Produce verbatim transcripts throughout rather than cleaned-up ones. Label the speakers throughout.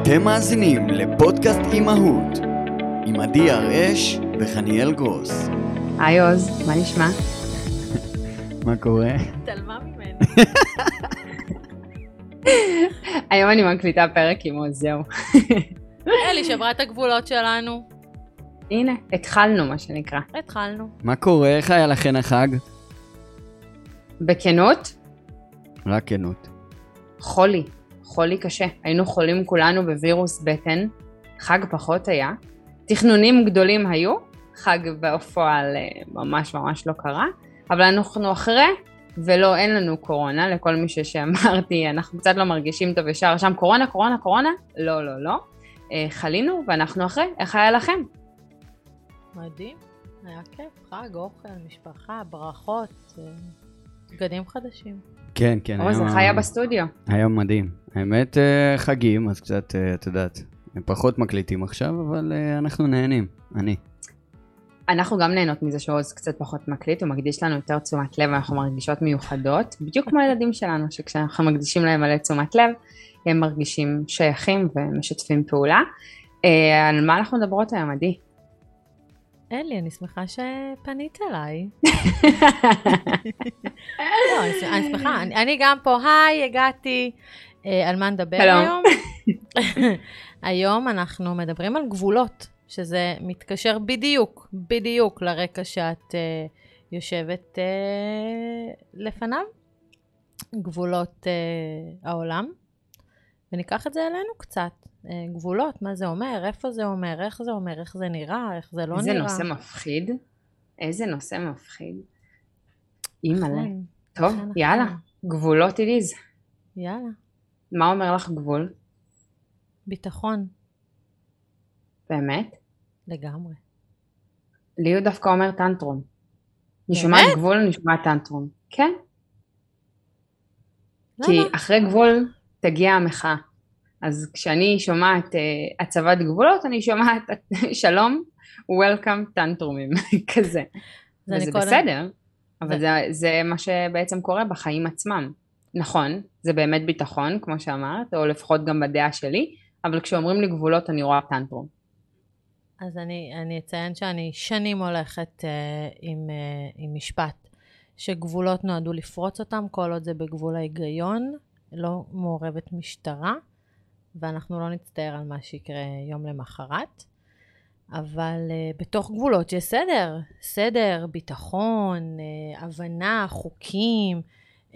Speaker 1: אתם מאזינים לפודקאסט אימהות עם עדי הראש וחניאל גרוס.
Speaker 2: היי עוז, מה נשמע?
Speaker 1: מה קורה?
Speaker 3: תלמה ממני.
Speaker 2: היום אני מקליטה פרק עם עוז, זהו.
Speaker 3: אלי, שברה את הגבולות שלנו.
Speaker 2: הנה, התחלנו מה שנקרא.
Speaker 3: התחלנו.
Speaker 1: מה קורה? איך היה לכן החג?
Speaker 2: בכנות?
Speaker 1: רק כנות.
Speaker 2: חולי, חולי קשה. היינו חולים כולנו בווירוס בטן, חג פחות היה. תכנונים גדולים היו, חג בפועל ממש ממש לא קרה, אבל אנחנו אחרי, ולא, אין לנו קורונה, לכל מי שאמרתי, אנחנו קצת לא מרגישים טוב ישר, שם קורונה, קורונה, קורונה, לא, לא, לא. חלינו ואנחנו אחרי, איך היה לכם?
Speaker 3: מדהים, היה כיף, חג, אוכל, משפחה, ברכות, בגדים חדשים.
Speaker 1: כן, כן.
Speaker 2: עוז, איך היה בסטודיו?
Speaker 1: היה מדהים. האמת, חגים, אז קצת, את יודעת, הם פחות מקליטים עכשיו, אבל אנחנו נהנים, אני.
Speaker 2: אנחנו גם נהנות מזה שעוז קצת פחות מקליט, הוא מקדיש לנו יותר תשומת לב, אנחנו מרגישות מיוחדות, בדיוק כמו הילדים שלנו, שכשאנחנו מקדישים להם מלא תשומת לב, הם מרגישים שייכים ומשתפים פעולה. על מה אנחנו מדברות היום, עדי?
Speaker 3: אלי, אני שמחה שפנית אליי. לא, אני שמחה, אני גם פה, היי, הגעתי, על מה נדבר היום? היום אנחנו מדברים על גבולות, שזה מתקשר בדיוק, בדיוק לרקע שאת יושבת לפניו, גבולות העולם, וניקח את זה אלינו קצת. גבולות, מה זה אומר, איפה זה אומר, איך זה אומר, איך זה נראה, איך זה לא
Speaker 2: איזה
Speaker 3: נראה.
Speaker 2: איזה נושא מפחיד, איזה נושא מפחיד. אימא'לה. טוב,
Speaker 3: נכון,
Speaker 2: יאללה,
Speaker 3: נכון.
Speaker 2: גבולות איליז.
Speaker 3: יאללה.
Speaker 2: מה אומר לך גבול?
Speaker 3: ביטחון,
Speaker 2: באמת?
Speaker 3: לגמרי.
Speaker 2: לי הוא דווקא אומר טנטרום. אני
Speaker 3: באמת?
Speaker 2: שומעת גבול, אני שומעת טנטרום. כן. כי
Speaker 3: למה?
Speaker 2: אחרי גבול תגיע המחאה. אז כשאני שומעת uh, הצבת גבולות, אני שומעת שלום, welcome טנטרומים, כזה.
Speaker 3: זה
Speaker 2: וזה
Speaker 3: קודם...
Speaker 2: בסדר, אבל
Speaker 3: זה...
Speaker 2: זה, זה מה שבעצם קורה בחיים עצמם. נכון, זה באמת ביטחון, כמו שאמרת, או לפחות גם בדעה שלי, אבל כשאומרים לי גבולות אני רואה טנטרום.
Speaker 3: אז אני, אני אציין שאני שנים הולכת uh, עם, uh, עם משפט, שגבולות נועדו לפרוץ אותם, כל עוד זה בגבול ההיגיון, לא מעורבת משטרה, ואנחנו לא נצטער על מה שיקרה יום למחרת, אבל uh, בתוך גבולות יש סדר, סדר, ביטחון, uh, הבנה, חוקים, uh,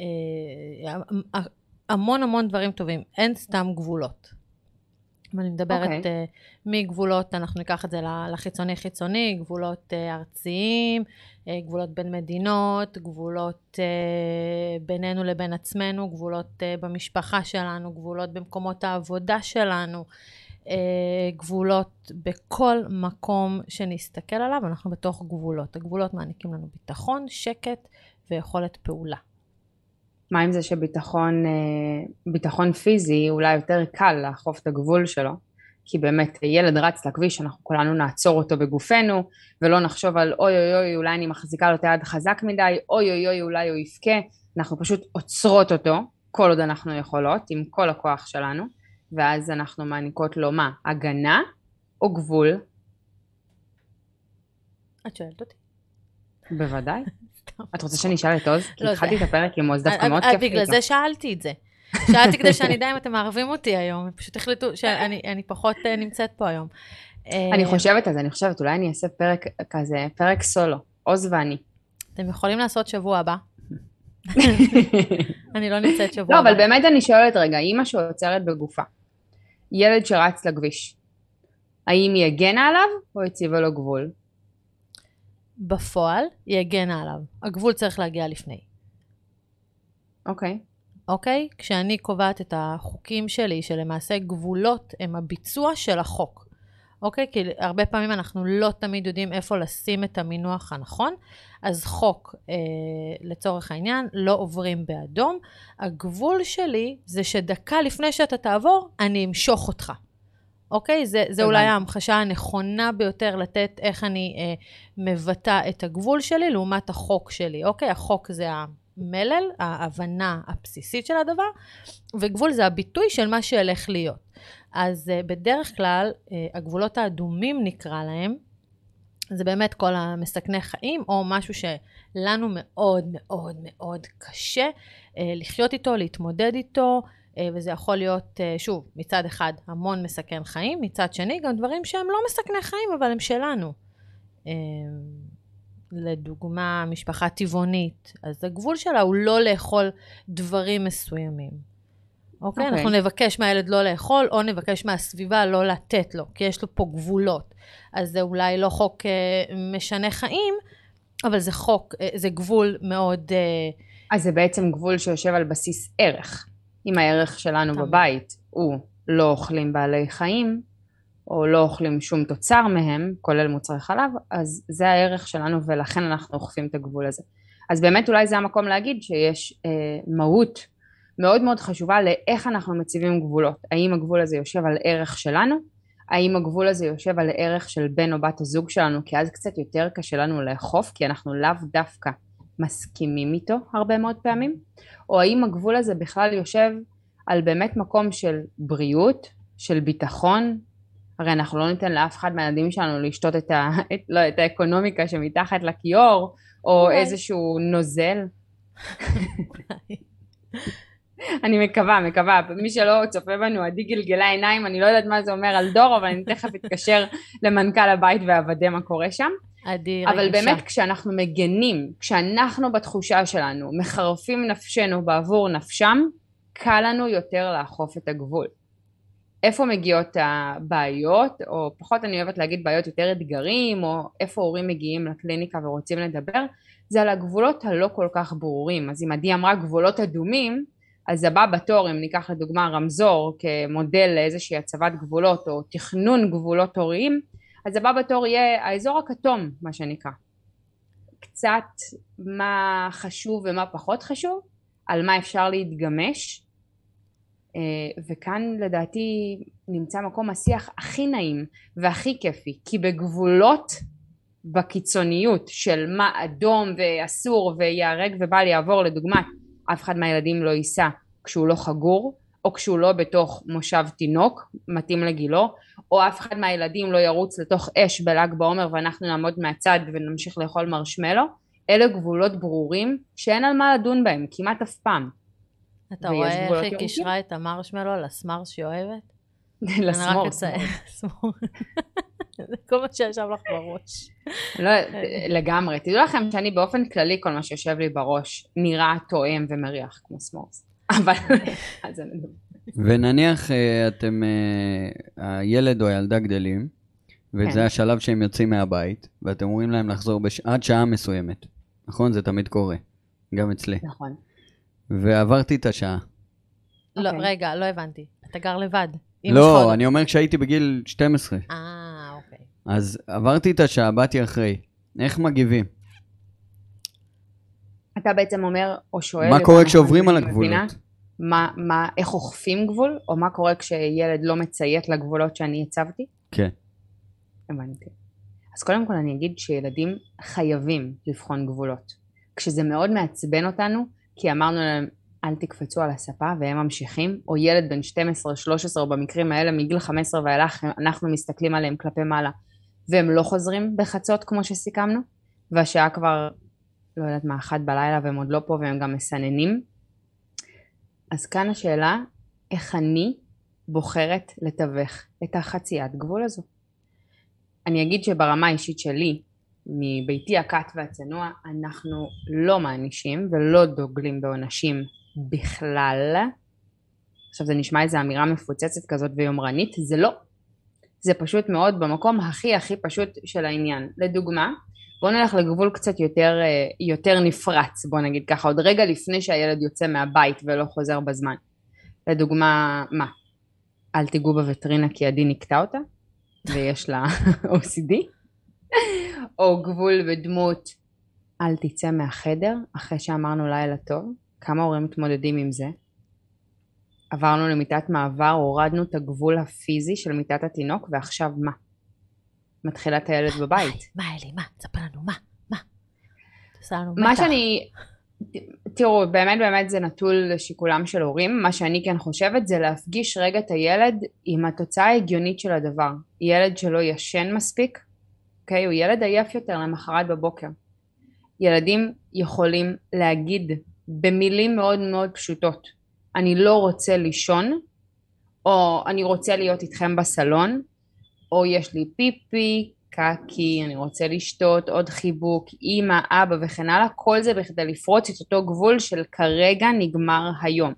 Speaker 3: המון המון דברים טובים, אין סתם גבולות. אני מדברת okay. uh, מגבולות, אנחנו ניקח את זה לחיצוני חיצוני, גבולות uh, ארציים, uh, גבולות בין מדינות, גבולות uh, בינינו לבין עצמנו, גבולות uh, במשפחה שלנו, גבולות במקומות העבודה שלנו, uh, גבולות בכל מקום שנסתכל עליו, אנחנו בתוך גבולות. הגבולות מעניקים לנו ביטחון, שקט ויכולת פעולה.
Speaker 2: מה עם זה שביטחון ביטחון פיזי אולי יותר קל לאכוף את הגבול שלו, כי באמת ילד רץ לכביש, אנחנו כולנו נעצור אותו בגופנו, ולא נחשוב על אוי אוי אוי אולי אני מחזיקה לו את היד חזק מדי, אוי אוי אוי אולי הוא יפקה, אנחנו פשוט עוצרות אותו, כל עוד אנחנו יכולות, עם כל הכוח שלנו, ואז אנחנו מעניקות לו מה? הגנה או גבול?
Speaker 3: את שואלת אותי?
Speaker 2: בוודאי. את רוצה שאני אשאל את עוז? כי
Speaker 3: לא,
Speaker 2: התחלתי
Speaker 3: זה...
Speaker 2: את הפרק עם עוז דווקא מאוד כיף.
Speaker 3: בגלל זה שאלתי את זה. שאלתי כדי שאני אדע אם אתם מערבים אותי היום. פשוט החליטו שאני פחות נמצאת פה היום.
Speaker 2: אני חושבת על זה, אני חושבת, אולי אני אעשה פרק כזה, פרק סולו, עוז ואני.
Speaker 3: אתם יכולים לעשות שבוע הבא. אני לא נמצאת שבוע
Speaker 2: לא,
Speaker 3: הבא.
Speaker 2: אבל באמת אני שואלת רגע, אמא שעוצרת בגופה, ילד שרץ לכביש, האם היא הגנה עליו או הציבה לו גבול?
Speaker 3: בפועל היא הגנה עליו. הגבול צריך להגיע לפני.
Speaker 2: אוקיי.
Speaker 3: אוקיי? כשאני קובעת את החוקים שלי, שלמעשה גבולות הם הביצוע של החוק. אוקיי? כי הרבה פעמים אנחנו לא תמיד יודעים איפה לשים את המינוח הנכון, אז חוק, אה, לצורך העניין, לא עוברים באדום. הגבול שלי זה שדקה לפני שאתה תעבור, אני אמשוך אותך. אוקיי? זה, זה אולי ההמחשה הנכונה ביותר לתת איך אני אה, מבטא את הגבול שלי לעומת החוק שלי. אוקיי? החוק זה המלל, ההבנה הבסיסית של הדבר, וגבול זה הביטוי של מה שהלך להיות. אז uh, בדרך כלל, uh, הגבולות האדומים נקרא להם, זה באמת כל המסכני חיים, או משהו שלנו מאוד מאוד מאוד קשה uh, לחיות איתו, להתמודד איתו, uh, וזה יכול להיות, uh, שוב, מצד אחד המון מסכן חיים, מצד שני גם דברים שהם לא מסכני חיים, אבל הם שלנו. Uh, לדוגמה, משפחה טבעונית, אז הגבול שלה הוא לא לאכול דברים מסוימים. אוקיי? Okay. אנחנו נבקש מהילד לא לאכול, או נבקש מהסביבה לא לתת לו, כי יש לו פה גבולות. אז זה אולי לא חוק uh, משנה חיים, אבל זה חוק, uh, זה גבול מאוד... Uh,
Speaker 2: אז זה בעצם גבול שיושב על בסיס ערך. אם הערך שלנו תמיד. בבית הוא לא אוכלים בעלי חיים, או לא אוכלים שום תוצר מהם, כולל מוצרי חלב, אז זה הערך שלנו, ולכן אנחנו אוכפים את הגבול הזה. אז באמת אולי זה המקום להגיד שיש אה, מהות מאוד מאוד חשובה לאיך אנחנו מציבים גבולות. האם הגבול הזה יושב על ערך שלנו? האם הגבול הזה יושב על ערך של בן או בת הזוג שלנו? כי אז קצת יותר קשה לנו לאכוף, כי אנחנו לאו דווקא מסכימים איתו הרבה מאוד פעמים. או האם הגבול הזה בכלל יושב על באמת מקום של בריאות, של ביטחון, הרי אנחנו לא ניתן לאף אחד מהילדים שלנו לשתות את, ה, את, לא, את האקונומיקה שמתחת לכיור, או איזשהו נוזל. אני מקווה, מקווה. מי שלא צופה בנו, עדי גלגלה עיניים, אני לא יודעת מה זה אומר על דור, אבל אני תכף אתקשר למנכ"ל הבית ועבדה מה קורה שם.
Speaker 3: עדי,
Speaker 2: אבל באמת כשאנחנו מגנים, כשאנחנו בתחושה שלנו, מחרפים נפשנו בעבור נפשם, קל לנו יותר לאכוף את הגבול. איפה מגיעות הבעיות, או פחות אני אוהבת להגיד בעיות יותר אתגרים, או איפה הורים מגיעים לקליניקה ורוצים לדבר, זה על הגבולות הלא כל כך ברורים. אז אם עדי אמרה גבולות אדומים, אז הבא בתור, אם ניקח לדוגמה רמזור כמודל לאיזושהי הצבת גבולות, או תכנון גבולות הוריים, אז הבא בתור יהיה האזור הכתום, מה שנקרא. קצת מה חשוב ומה פחות חשוב, על מה אפשר להתגמש, וכאן לדעתי נמצא מקום השיח הכי נעים והכי כיפי, כי בגבולות בקיצוניות של מה אדום ואסור ויהרג ובל יעבור, לדוגמת אף אחד מהילדים לא ייסע כשהוא לא חגור, או כשהוא לא בתוך מושב תינוק מתאים לגילו, או אף אחד מהילדים לא ירוץ לתוך אש בל"ג בעומר ואנחנו נעמוד מהצד ונמשיך לאכול מרשמלו. אלה גבולות ברורים שאין על מה לדון בהם כמעט אף פעם.
Speaker 3: אתה רואה איך היא קישרה את המרשמלו לסמרס שהיא אוהבת?
Speaker 2: לסמורס.
Speaker 3: זה כל מה שישב לך בראש.
Speaker 2: לא, לגמרי. תדעו לכם שאני באופן כללי, כל מה שיושב לי בראש נראה תואם ומריח כמו סמורס. אבל, אז אני לא.
Speaker 1: ונניח אתם, הילד או הילדה גדלים, וזה השלב שהם יוצאים מהבית, ואתם אומרים להם לחזור עד שעה מסוימת. נכון? זה תמיד קורה. גם אצלי.
Speaker 2: נכון.
Speaker 1: ועברתי את השעה.
Speaker 3: לא, רגע, לא הבנתי. אתה גר לבד.
Speaker 1: לא, אני אומר כשהייתי בגיל שתים עשרה.
Speaker 3: אה, אוקיי.
Speaker 1: אז עברתי את השעה, באתי אחרי. איך מגיבים?
Speaker 2: אתה בעצם אומר, או שואל...
Speaker 1: מה קורה כשעוברים על הגבולות?
Speaker 2: מה, מה, איך אוכפים גבול? או מה קורה כשילד לא מציית לגבולות שאני הצבתי?
Speaker 1: כן.
Speaker 2: הבנתי. אז קודם כל אני אגיד שילדים חייבים לבחון גבולות. כשזה מאוד מעצבן אותנו, כי אמרנו להם, אל תקפצו על הספה, והם ממשיכים, או ילד בן שתים עשרה, שלוש עשרה, או במקרים האלה, מגיל חמש עשרה ואילך, אנחנו מסתכלים עליהם כלפי מעלה, והם לא חוזרים בחצות כמו שסיכמנו, והשעה כבר, לא יודעת מה, אחת בלילה, והם עוד לא פה, והם גם מסננים. אז כאן השאלה, איך אני בוחרת לתווך את החציית גבול הזו? אני אגיד שברמה האישית שלי, מביתי הקט והצנוע, אנחנו לא מענישים ולא דוגלים בעונשים בכלל. עכשיו זה נשמע איזו אמירה מפוצצת כזאת ויומרנית, זה לא. זה פשוט מאוד במקום הכי הכי פשוט של העניין. לדוגמה, בואו נלך לגבול קצת יותר, יותר נפרץ, בואו נגיד ככה, עוד רגע לפני שהילד יוצא מהבית ולא חוזר בזמן. לדוגמה, מה? אל תיגעו בווטרינה כי עדי נקטע אותה, ויש לה או סי די. או גבול בדמות, אל תצא מהחדר אחרי שאמרנו לילה טוב. כמה הורים מתמודדים עם זה? עברנו למיטת מעבר, הורדנו את הגבול הפיזי של מיטת התינוק, ועכשיו מה? מתחילה את הילד בבית.
Speaker 3: מה אלי, מה? תספר לנו, מה? מה? תעשה לנו
Speaker 2: מה שאני, תראו, באמת באמת זה נטול לשיקולם של הורים. מה שאני כן חושבת זה להפגיש רגע את הילד עם התוצאה ההגיונית של הדבר. ילד שלא ישן מספיק, אוקיי? הוא ילד עייף יותר למחרת בבוקר. ילדים יכולים להגיד במילים מאוד מאוד פשוטות, אני לא רוצה לישון, או אני רוצה להיות איתכם בסלון, או יש לי פיפי, קקי, אני רוצה לשתות, עוד חיבוק, אמא, אבא וכן הלאה. כל זה בכדי לפרוץ את אותו גבול של כרגע נגמר היום.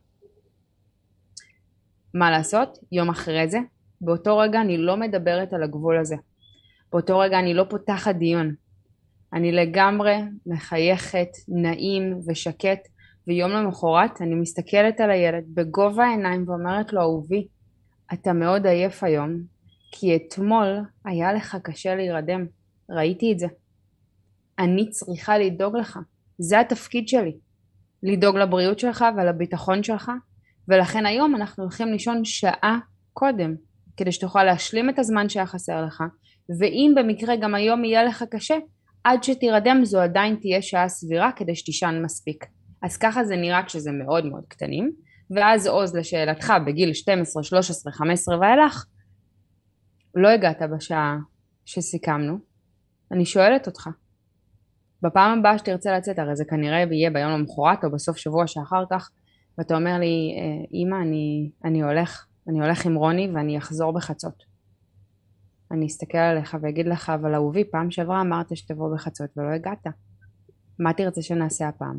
Speaker 2: מה לעשות? יום אחרי זה, באותו רגע אני לא מדברת על הגבול הזה. באותו רגע אני לא פותחת דיון. אני לגמרי מחייכת, נעים ושקט, ויום למחרת אני מסתכלת על הילד בגובה העיניים ואומרת לו, אהובי, אתה מאוד עייף היום, כי אתמול היה לך קשה להירדם, ראיתי את זה. אני צריכה לדאוג לך, זה התפקיד שלי, לדאוג לבריאות שלך ולביטחון שלך, ולכן היום אנחנו הולכים לישון שעה קודם, כדי שתוכל להשלים את הזמן שהיה חסר לך, ואם במקרה גם היום יהיה לך קשה, עד שתירדם זו עדיין תהיה שעה סבירה כדי שתישן מספיק. אז ככה זה נראה כשזה מאוד מאוד קטנים, ואז עוז לשאלתך בגיל שתים עשרה, שלוש עשרה, חמש עשרה ואילך, לא הגעת בשעה שסיכמנו, אני שואלת אותך, בפעם הבאה שתרצה לצאת, הרי זה כנראה יהיה ביום למחרת או בסוף שבוע שאחר כך, ואתה אומר לי, אמא, אני, אני הולך, אני הולך עם רוני ואני אחזור בחצות. אני אסתכל עליך ואגיד לך, אבל אהובי, פעם שעברה אמרת שתבוא בחצות ולא הגעת. מה תרצה שנעשה הפעם?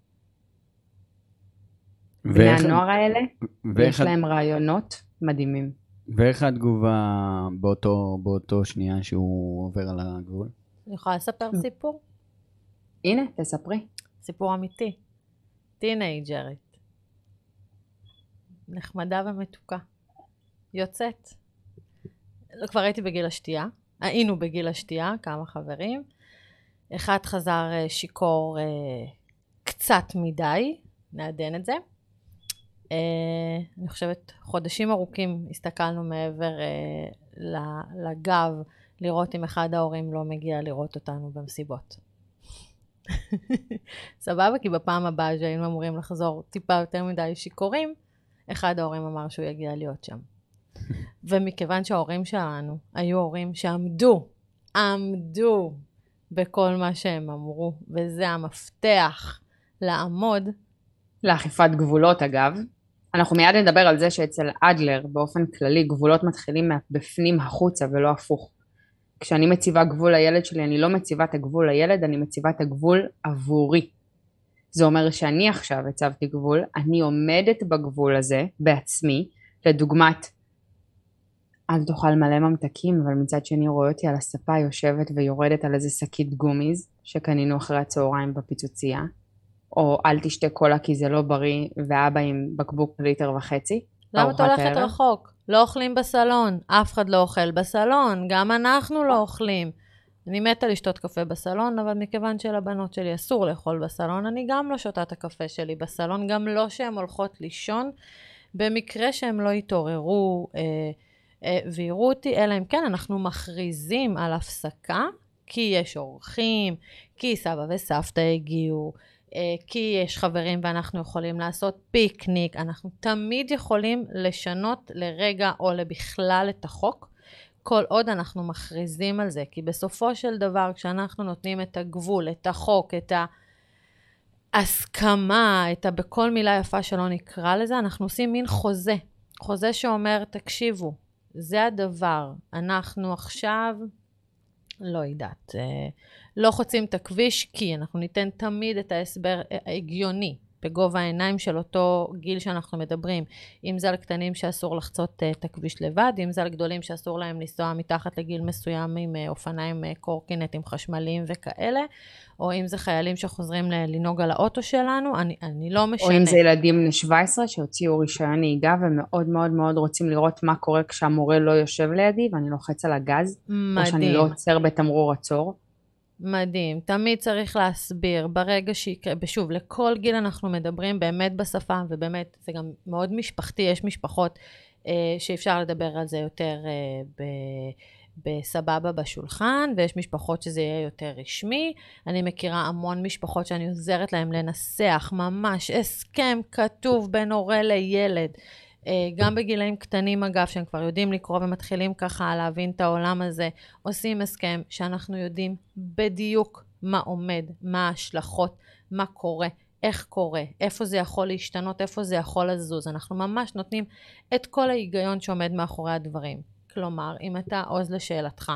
Speaker 2: בני הנוער האלה, יש להם רעיונות מדהימים.
Speaker 1: ואיך התגובה באותו, באותו שנייה שהוא עובר על הגבול?
Speaker 3: אני יכולה לספר סיפור?
Speaker 2: הנה, תספרי.
Speaker 3: סיפור אמיתי. טינאייג'רית. נחמדה ומתוקה. יוצאת. כבר הייתי בגיל השתייה. היינו בגיל השתייה, כמה חברים. אחד חזר שיקור קצת מדי, נעדן את זה. אני חושבת חודשים ארוכים הסתכלנו מעבר לגב לראות אם אחד ההורים לא מגיע לראות אותנו במסיבות. סבבה, כי בפעם הבאה שהיינו אמורים לחזור טיפה יותר מדי שיקורים, אחד ההורים אמר שהוא יגיע להיות שם. ומכיוון שההורים שלנו היו הורים שעמדו, עמדו בכל מה שהם אמרו, וזה המפתח לעמוד.
Speaker 2: לאכיפת גבולות אגב. אנחנו מיד נדבר על זה שאצל אדלר באופן כללי גבולות מתחילים בפנים החוצה ולא הפוך. כשאני מציבה גבול לילד שלי, אני לא מציבה את הגבול לילד, אני מציבה את הגבול עבורי. זה אומר שאני עכשיו הצבתי גבול, אני עומדת בגבול הזה בעצמי, לדוגמת, אל תאכל מלא ממתקים, אבל מצד שני רואה אותי על הספה יושבת ויורדת על איזה שקית גומיז, שקנינו אחרי הצהריים בפיצוצייה, או אל תשתה קולה כי זה לא בריא, ואבא עם בקבוק ליטר וחצי.
Speaker 3: למה אתה הולכת רחוק? לא אוכלים בסלון, אף אחד לא אוכל בסלון, גם אנחנו לא אוכלים. אני מתה לשתות קפה בסלון, אבל מכיוון שלבנות שלי אסור לאכול בסלון, אני גם לא שותה את הקפה שלי בסלון, גם לא שהן הולכות לישון, במקרה שהן לא יתעוררו אה, אה, ויראו אותי, אלא אם כן אנחנו מכריזים על הפסקה, כי יש אורחים, כי סבא וסבתא הגיעו, כי יש חברים ואנחנו יכולים לעשות פיקניק, אנחנו תמיד יכולים לשנות לרגע או לבכלל את החוק, כל עוד אנחנו מכריזים על זה, כי בסופו של דבר כשאנחנו נותנים את הגבול, את החוק, את ההסכמה, את ה... בכל מילה יפה שלא נקרא לזה, אנחנו עושים מין חוזה, חוזה שאומר תקשיבו, זה הדבר, אנחנו עכשיו לא יודעת, לא חוצים את הכביש, כי אנחנו ניתן תמיד את ההסבר ההגיוני, בגובה העיניים של אותו גיל שאנחנו מדברים, אם זה על קטנים שאסור לחצות את הכביש לבד, אם זה על גדולים שאסור להם לנסוע מתחת לגיל מסוים עם אופניים קורקינטים חשמליים וכאלה, או אם זה חיילים שחוזרים לנהוג על האוטו שלנו, אני, אני לא משנה.
Speaker 2: או אם זה ילדים בני שבע עשרה שהוציאו רישיון נהיגה ומאוד מאוד מאוד רוצים לראות מה קורה כשהמורה לא יושב לידי ואני לוחץ על הגז, מדהים. או שאני לא עוצר בתמרור עצור.
Speaker 3: מדהים, תמיד צריך להסביר, ברגע שיקרה, ושוב, לכל גיל אנחנו מדברים באמת בשפה, ובאמת זה גם מאוד משפחתי, יש משפחות אה, שאפשר לדבר על זה יותר אה, ב, בסבבה בשולחן, ויש משפחות שזה יהיה יותר רשמי. אני מכירה המון משפחות שאני עוזרת להם לנסח ממש הסכם כתוב בין הורה לילד, גם בגילאים קטנים אגב, שהם כבר יודעים לקרוא ומתחילים ככה להבין את העולם הזה, עושים הסכם שאנחנו יודעים בדיוק מה עומד, מה ההשלכות, מה קורה, איך קורה, איפה זה יכול להשתנות, איפה זה יכול לזוז. אנחנו ממש נותנים את כל ההיגיון שעומד מאחורי הדברים. כלומר, אם אתה, עוז לשאלתך,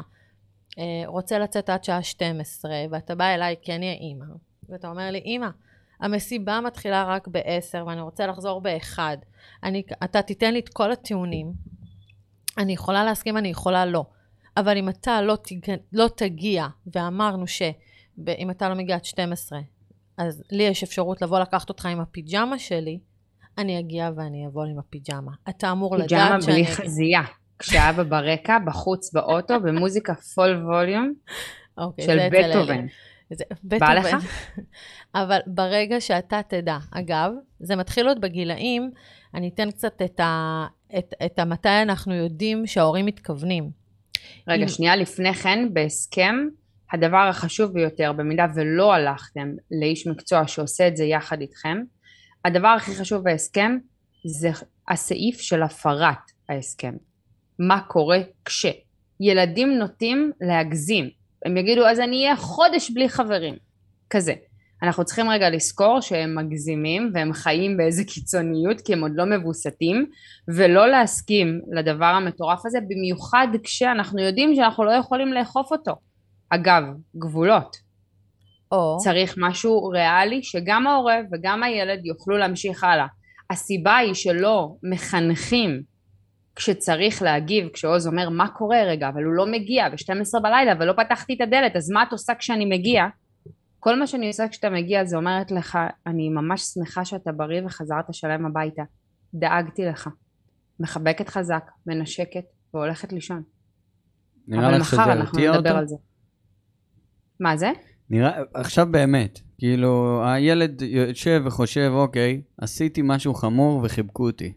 Speaker 3: רוצה לצאת עד שעה שתים עשרה, ואתה בא אליי כי אני האמא, ואתה אומר לי, אמא, המסיבה מתחילה רק ב-עשר, ואני רוצה לחזור ב-אחד. אני, אתה תיתן לי את כל הטיעונים, אני יכולה להסכים, אני יכולה לא. אבל אם אתה לא, תג... לא תגיע, ואמרנו שאם אתה לא מגיע עד שתים עשרה, אז לי יש אפשרות לבוא לקחת אותך עם הפיג'מה שלי, אני אגיע ואני אבוא עם הפיג'מה. אתה אמור לדעת שאני...
Speaker 2: פיג'מה בלי חזייה, כשאבא ברקע, בחוץ באוטו, במוזיקה פול ווליום,
Speaker 3: אוקיי,
Speaker 2: של בטהובן. בא לך?
Speaker 3: אבל ברגע שאתה תדע, אגב, זה מתחיל עוד בגילאים, אני אתן קצת את, ה, את, את המתי אנחנו יודעים שההורים מתכוונים.
Speaker 2: רגע, אם... שנייה לפני כן, בהסכם, הדבר החשוב ביותר, במידה ולא הלכתם לאיש מקצוע שעושה את זה יחד איתכם, הדבר הכי חשוב בהסכם, זה הסעיף של הפרת ההסכם. מה קורה כש? ילדים נוטים להגזים. הם יגידו, אז אני אהיה חודש בלי חברים. כזה. אנחנו צריכים רגע לזכור שהם מגזימים, והם חיים באיזה קיצוניות, כי הם עוד לא מבוסתים, ולא להסכים לדבר המטורף הזה, במיוחד כשאנחנו יודעים שאנחנו לא יכולים לאכוף אותו. אגב, גבולות.
Speaker 3: או...
Speaker 2: צריך משהו ריאלי, שגם ההורה וגם הילד יוכלו להמשיך הלאה. הסיבה היא שלא מחנכים, כשצריך להגיב, כשעוז אומר מה קורה רגע, אבל הוא לא מגיע, ב-שתים עשרה בלילה, ולא פתחתי את הדלת, אז מה את עושה כשאני מגיע? כל מה שאני עושה כשאתה מגיע, זה אומרת לך, אני ממש שמחה שאתה בריא וחזרת שלם הביתה. דאגתי לך. מחבקת חזק, מנשקת, והולכת לישון. אבל מחר אנחנו נדבר על זה. מה זה?
Speaker 1: נראה, עכשיו באמת, כאילו, הילד יושב וחושב, אוקיי, עשיתי משהו חמור וחיבקו אותי.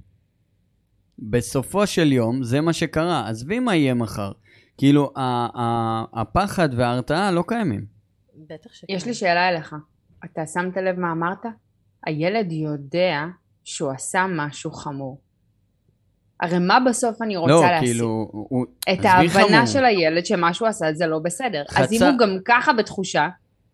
Speaker 1: בסופו של יום, זה מה שקרה. עזבי מה יהיה מחר. כאילו, הפחד וההרתעה לא קיימים.
Speaker 3: בטח שקיים.
Speaker 2: יש לי שאלה אליך. אתה שמת לב מה אמרת? הילד יודע שהוא עשה משהו חמור. הרי מה בסוף אני רוצה
Speaker 1: לא,
Speaker 2: להשיג?
Speaker 1: כאילו, הוא...
Speaker 2: את ההבנה חמור. של הילד שמשהו עשה זה לא בסדר. חצה... אז אם הוא גם ככה בתחושה...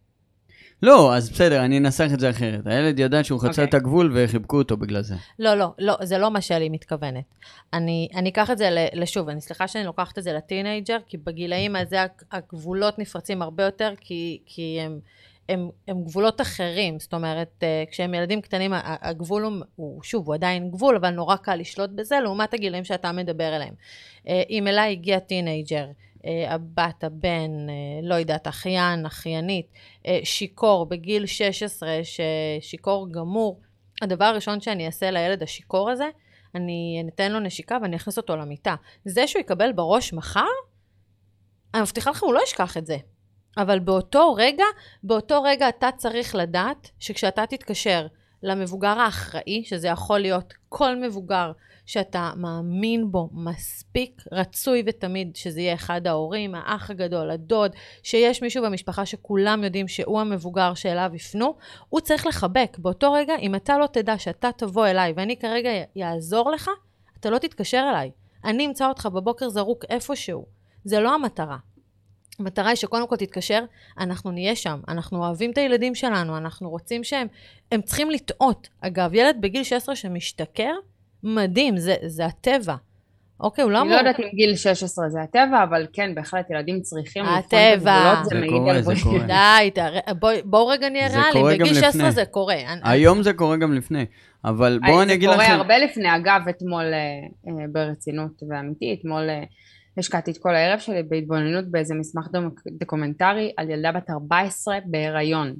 Speaker 1: לא, אז בסדר, אני אנסח את זה אחרת. הילד ידע שהוא חצה okay. את הגבול וחיבקו אותו בגלל זה.
Speaker 3: לא, לא, לא, זה לא מה שלי מתכוונת. אני, אני אקח את זה לשוב, אני סליחה שאני לוקחת את זה לטינאג'ר, כי בגילאים הזה הגבולות נפרצים הרבה יותר, כי, כי הם, הם, הם גבולות אחרים. זאת אומרת, כשהם ילדים קטנים, הגבול הוא, הוא, שוב, הוא עדיין גבול, אבל נורא קל לשלוט בזה, לעומת הגילאים שאתה מדבר אליהם. אם אליי הגיע טינאג'ר, הבת, הבן, לא יודעת, אחיין, אחיינית, שיקור בגיל שש עשרה, ששיקור גמור, הדבר הראשון שאני אעשה לילד השיקור הזה, אני נתן לו נשיקה ואני אכניס אותו למיטה. זה שהוא יקבל בראש מחר, אני מבטיחה לך, הוא לא ישכח את זה. אבל באותו רגע, באותו רגע אתה צריך לדעת שכשאתה תתקשר למבוגר האחראי, שזה יכול להיות כל מבוגר שאתה מאמין בו מספיק, רצוי ותמיד שזה יהיה אחד ההורים, האח הגדול, הדוד, שיש מישהו במשפחה שכולם יודעים שהוא המבוגר שאליו יפנו, הוא צריך לחבק. באותו רגע, אם אתה לא תדע שאתה תבוא אליי ואני כרגע יעזור לך, אתה לא תתקשר אליי. אני אמצא אותך בבוקר זרוק איפשהו. זה לא המטרה. המטרה היא שקודם כל תתקשר, אנחנו נהיה שם, אנחנו אוהבים את הילדים שלנו, אנחנו רוצים שהם, הם צריכים לטעות. אגב, ילד בגיל שש עשרה שמשתכר, מדהים, זה, זה הטבע. אוקיי, הוא לא אמור...
Speaker 2: אני לא יודעת אם גיל שש עשרה זה הטבע, אבל כן, בהחלט ילדים צריכים...
Speaker 3: הטבע.
Speaker 1: זה קורה, זה קורה.
Speaker 3: די, בואו רגע נהיה ריאליים, בגיל שש עשרה זה קורה.
Speaker 1: היום זה קורה גם לפני, אבל בואו אני אגיד לכם...
Speaker 2: זה קורה הרבה לפני, אגב, אתמול ברצינות ואמיתית, אתמול השקעתי את כל הערב שלי בהתבוננות באיזה מסמך דוקומנטרי על ילדה בת ארבע עשרה בהיריון,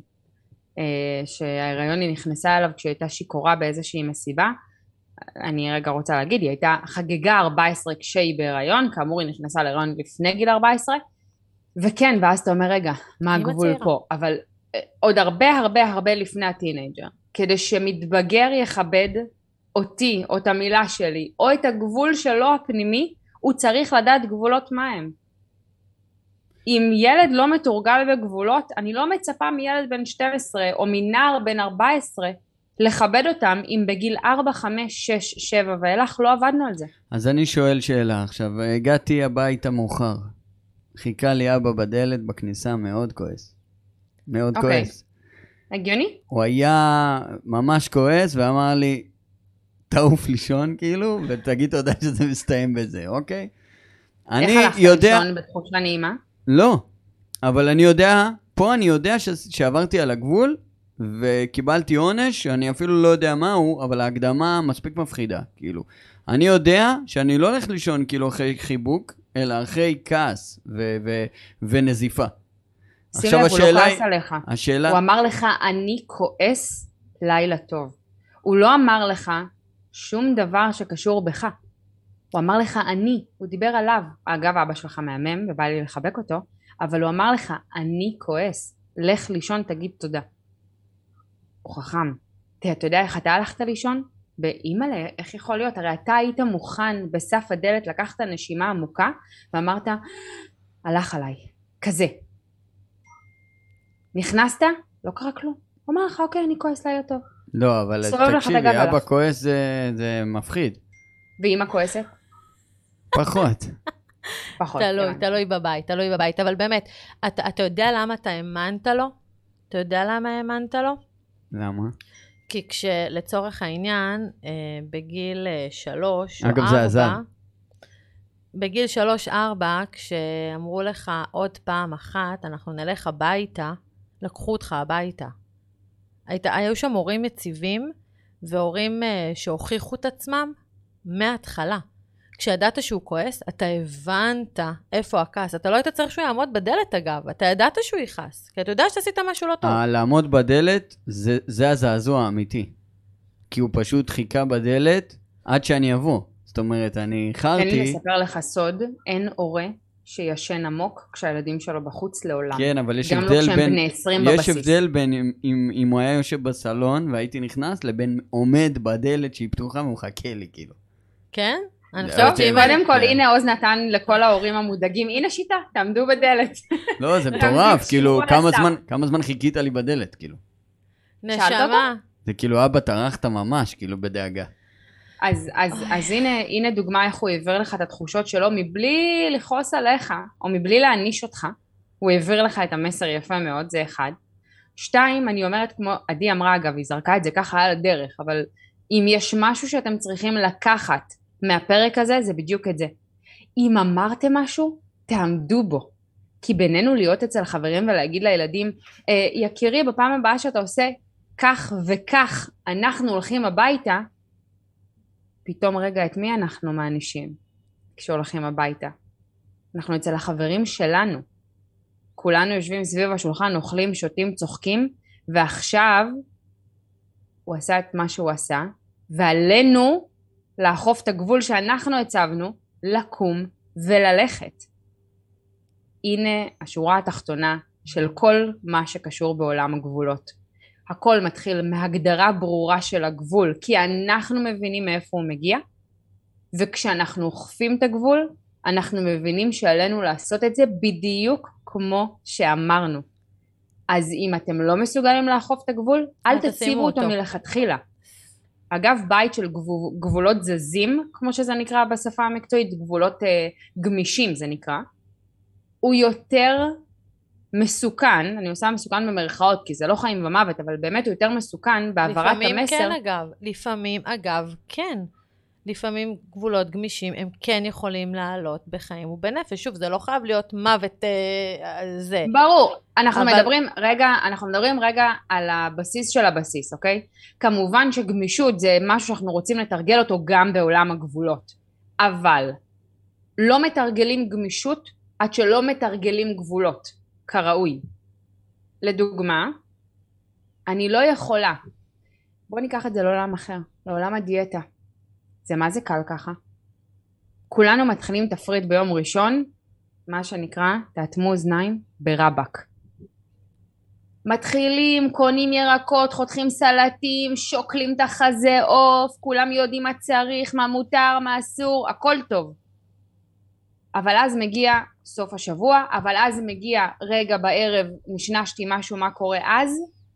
Speaker 2: שההיריון היא נכנסה אליו כשהיא הייתה שיכורה באיזושהי מסיבה, אני רגע רוצה להגיד, היא הייתה חגגה ארבע עשרה כשהיא בהיריון, כאמור היא נכנסה להיריון לפני גיל ארבע עשרה, וכן, ואז אתה אומר רגע, מה הגבול פה? אבל עוד הרבה הרבה הרבה לפני הטינאג'ר, כדי שמתבגר יכבד אותי, או את המילה שלי, או את הגבול שלו הפנימי, הוא צריך לדעת גבולות מה הם. אם ילד לא מתורגל בגבולות, אני לא מצפה מילד בן שתים עשרה או מנער בן ארבע עשרה לכבד אותם אם בגיל ארבע, חמש, שש, שבע ואילך לא עבדנו על זה.
Speaker 1: אז אני שואל שאלה עכשיו, הגעתי הביתה מאוחר, חיכה לי אבא בדלת בכניסה, מאוד כועס. מאוד okay. כועס.
Speaker 2: הגיוני?
Speaker 1: הוא היה ממש כועס ואמר לי, תעוף לישון כאילו, ותגיד תודה שזה מסתיים בזה, אוקיי?
Speaker 2: איך הלכת יודע... לישון בתחושה נעימה?
Speaker 1: לא, אבל אני יודע, פה אני יודע ש... שעברתי על הגבול, וקיבלתי עונש, אני אפילו לא יודע מהו, אבל ההקדמה מספיק מפחידה, כאילו. אני יודע שאני לא הולך לישון כאילו אחרי חיבוק, אלא אחרי כעס ו- ו- ונזיפה.
Speaker 2: שים לב, הוא לא כעס עליך. השאלה... הוא אמר לך, אני כועס, לילה טוב. הוא לא אמר לך שום דבר שקשור בך. הוא אמר לך, אני, הוא דיבר עליו. אגב, אבא שלך מהמם, ובא לי לחבק אותו, אבל הוא אמר לך, אני כועס. לך לישון, תגיד תודה. הוא חכם. אתה, אתה יודע איך אתה הלכת לישון? באימא'לה, איך יכול להיות? הרי אתה היית מוכן בסף הדלת, לקחת נשימה עמוקה, ואמרת, הלך עליי. כזה. נכנסת? לא קרה כלום. הוא אמר לך, אוקיי, אני כועס לילה טוב.
Speaker 1: לא, אבל תקשיבי, אבא כועס זה, זה מפחיד.
Speaker 2: ואמא כועסת?
Speaker 1: פחות.
Speaker 2: פחות.
Speaker 3: תלוי, תלוי בבית, תלוי בבית. אבל באמת, אתה, אתה יודע למה אתה האמנת לו? אתה יודע למה האמנת לו?
Speaker 1: למה?
Speaker 3: כי כשלצורך העניין, בגיל שלוש או
Speaker 1: אגב, זה עזר.
Speaker 3: בגיל שלוש ארבע, כשאמרו לך עוד פעם אחת, אנחנו נלך הביתה, לקחו אותך הביתה. היית, היו שם הורים יציבים, והורים שהוכיחו את עצמם מההתחלה. כשידעת שהוא כועס, אתה הבנת איפה הכעס. אתה לא היית צריך שהוא יעמוד בדלת אגב, אתה ידעת שהוא יכעס, כי אתה יודע שעשית משהו לא טוב.
Speaker 1: לעמוד בדלת, זה, זה הזעזוע האמיתי. כי הוא פשוט חיכה בדלת עד שאני אבוא. זאת אומרת, אני איחרתי...
Speaker 2: אין לי לספר לך סוד, אין הורה שישן עמוק כשהילדים שלו בחוץ לעולם.
Speaker 1: כן, אבל יש הבדל בין... גם לא כשהם בני עשרים בבסיס. יש הבדל בין אם, אם, אם הוא היה יושב בסלון והייתי נכנס, לבין עומד בדלת שהיא פתוחה ומחכה לי, כאילו.
Speaker 3: כן? אני
Speaker 2: חושבת שאם... קודם כל, הנה עוז נתן לכל ההורים המודאגים, הנה שיטה, תעמדו בדלת.
Speaker 1: לא, זה מטורף, כאילו, כמה זמן חיכית לי בדלת, כאילו.
Speaker 3: נשמה.
Speaker 1: זה כאילו, אבא טרחת ממש, כאילו, בדאגה.
Speaker 2: אז, אז, אז הנה, הנה דוגמה איך הוא העביר לך את התחושות שלו, מבלי לכעוס עליך, או מבלי להעניש אותך, הוא העביר לך את המסר יפה מאוד, זה אחד. שתיים, אני אומרת כמו, עדי אמרה אגב, היא זרקה את זה ככה על הדרך, אבל אם יש משהו שאתם צריכים לקחת מהפרק הזה, זה בדיוק את זה. אם אמרתם משהו, תעמדו בו. כי בינינו להיות אצל חברים ולהגיד לילדים, יקירי, בפעם הבאה שאתה עושה כך וכך, אנחנו הולכים הביתה, פתאום רגע את מי אנחנו מענישים כשהולכים הביתה? אנחנו אצל החברים שלנו. כולנו יושבים סביב השולחן, אוכלים, שותים, צוחקים, ועכשיו הוא עשה את מה שהוא עשה, ועלינו לאכוף את הגבול שאנחנו הצבנו, לקום וללכת. הנה השורה התחתונה של כל מה שקשור בעולם הגבולות. הכל מתחיל מהגדרה ברורה של הגבול, כי אנחנו מבינים מאיפה הוא מגיע, וכשאנחנו אוכפים את הגבול, אנחנו מבינים שעלינו לעשות את זה בדיוק כמו שאמרנו. אז אם אתם לא מסוגלים לאכוף את הגבול, אל תציבו אותו מלכתחילה. אגב, בית של גבולות זזים, כמו שזה נקרא בשפה המקצועית, גבולות אה, גמישים זה נקרא, הוא יותר מסוכן, אני עושה מסוכן במרכאות, כי זה לא חיים ומוות, אבל באמת הוא יותר מסוכן בהעברת המסר.
Speaker 3: לפעמים כן אגב, לפעמים אגב כן. לפעמים גבולות גמישים, הם כן יכולים לעלות בחיים ובנפש. שוב, זה לא חייב להיות מוות אה, זה.
Speaker 2: ברור. אנחנו אבל... מדברים רגע, אנחנו מדברים רגע על הבסיס של הבסיס, אוקיי? כמובן שגמישות זה משהו שאנחנו רוצים לתרגל אותו גם בעולם הגבולות. אבל לא מתרגלים גמישות עד שלא מתרגלים גבולות, כראוי. לדוגמה, אני לא יכולה. בוא ניקח את זה לעולם אחר, לעולם הדיאטה. זה מה זה קל ככה? כולנו מתחילים תפריט ביום ראשון, מה שנקרא, תאטמו אוזניים ברבק. מתחילים, קונים ירקות, חותכים סלטים, שוקלים את החזה עוף, כולם יודעים מה צריך, מה מותר, מה אסור, הכל טוב. אבל אז מגיע סוף השבוע, אבל אז מגיע רגע בערב, נשנשתי משהו, מה קורה אז?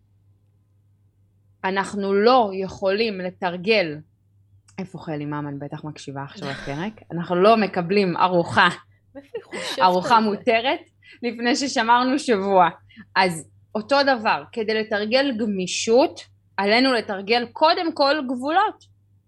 Speaker 2: אנחנו לא יכולים לתרגל, איפה חלי מאמן בטח מקשיבה עכשיו לפרק, אנחנו לא מקבלים ארוחה, ארוחה מותרת, לפני ששמרנו שבוע. אז אותו דבר, כדי לתרגל גמישות, עלינו לתרגל קודם כל גבולות.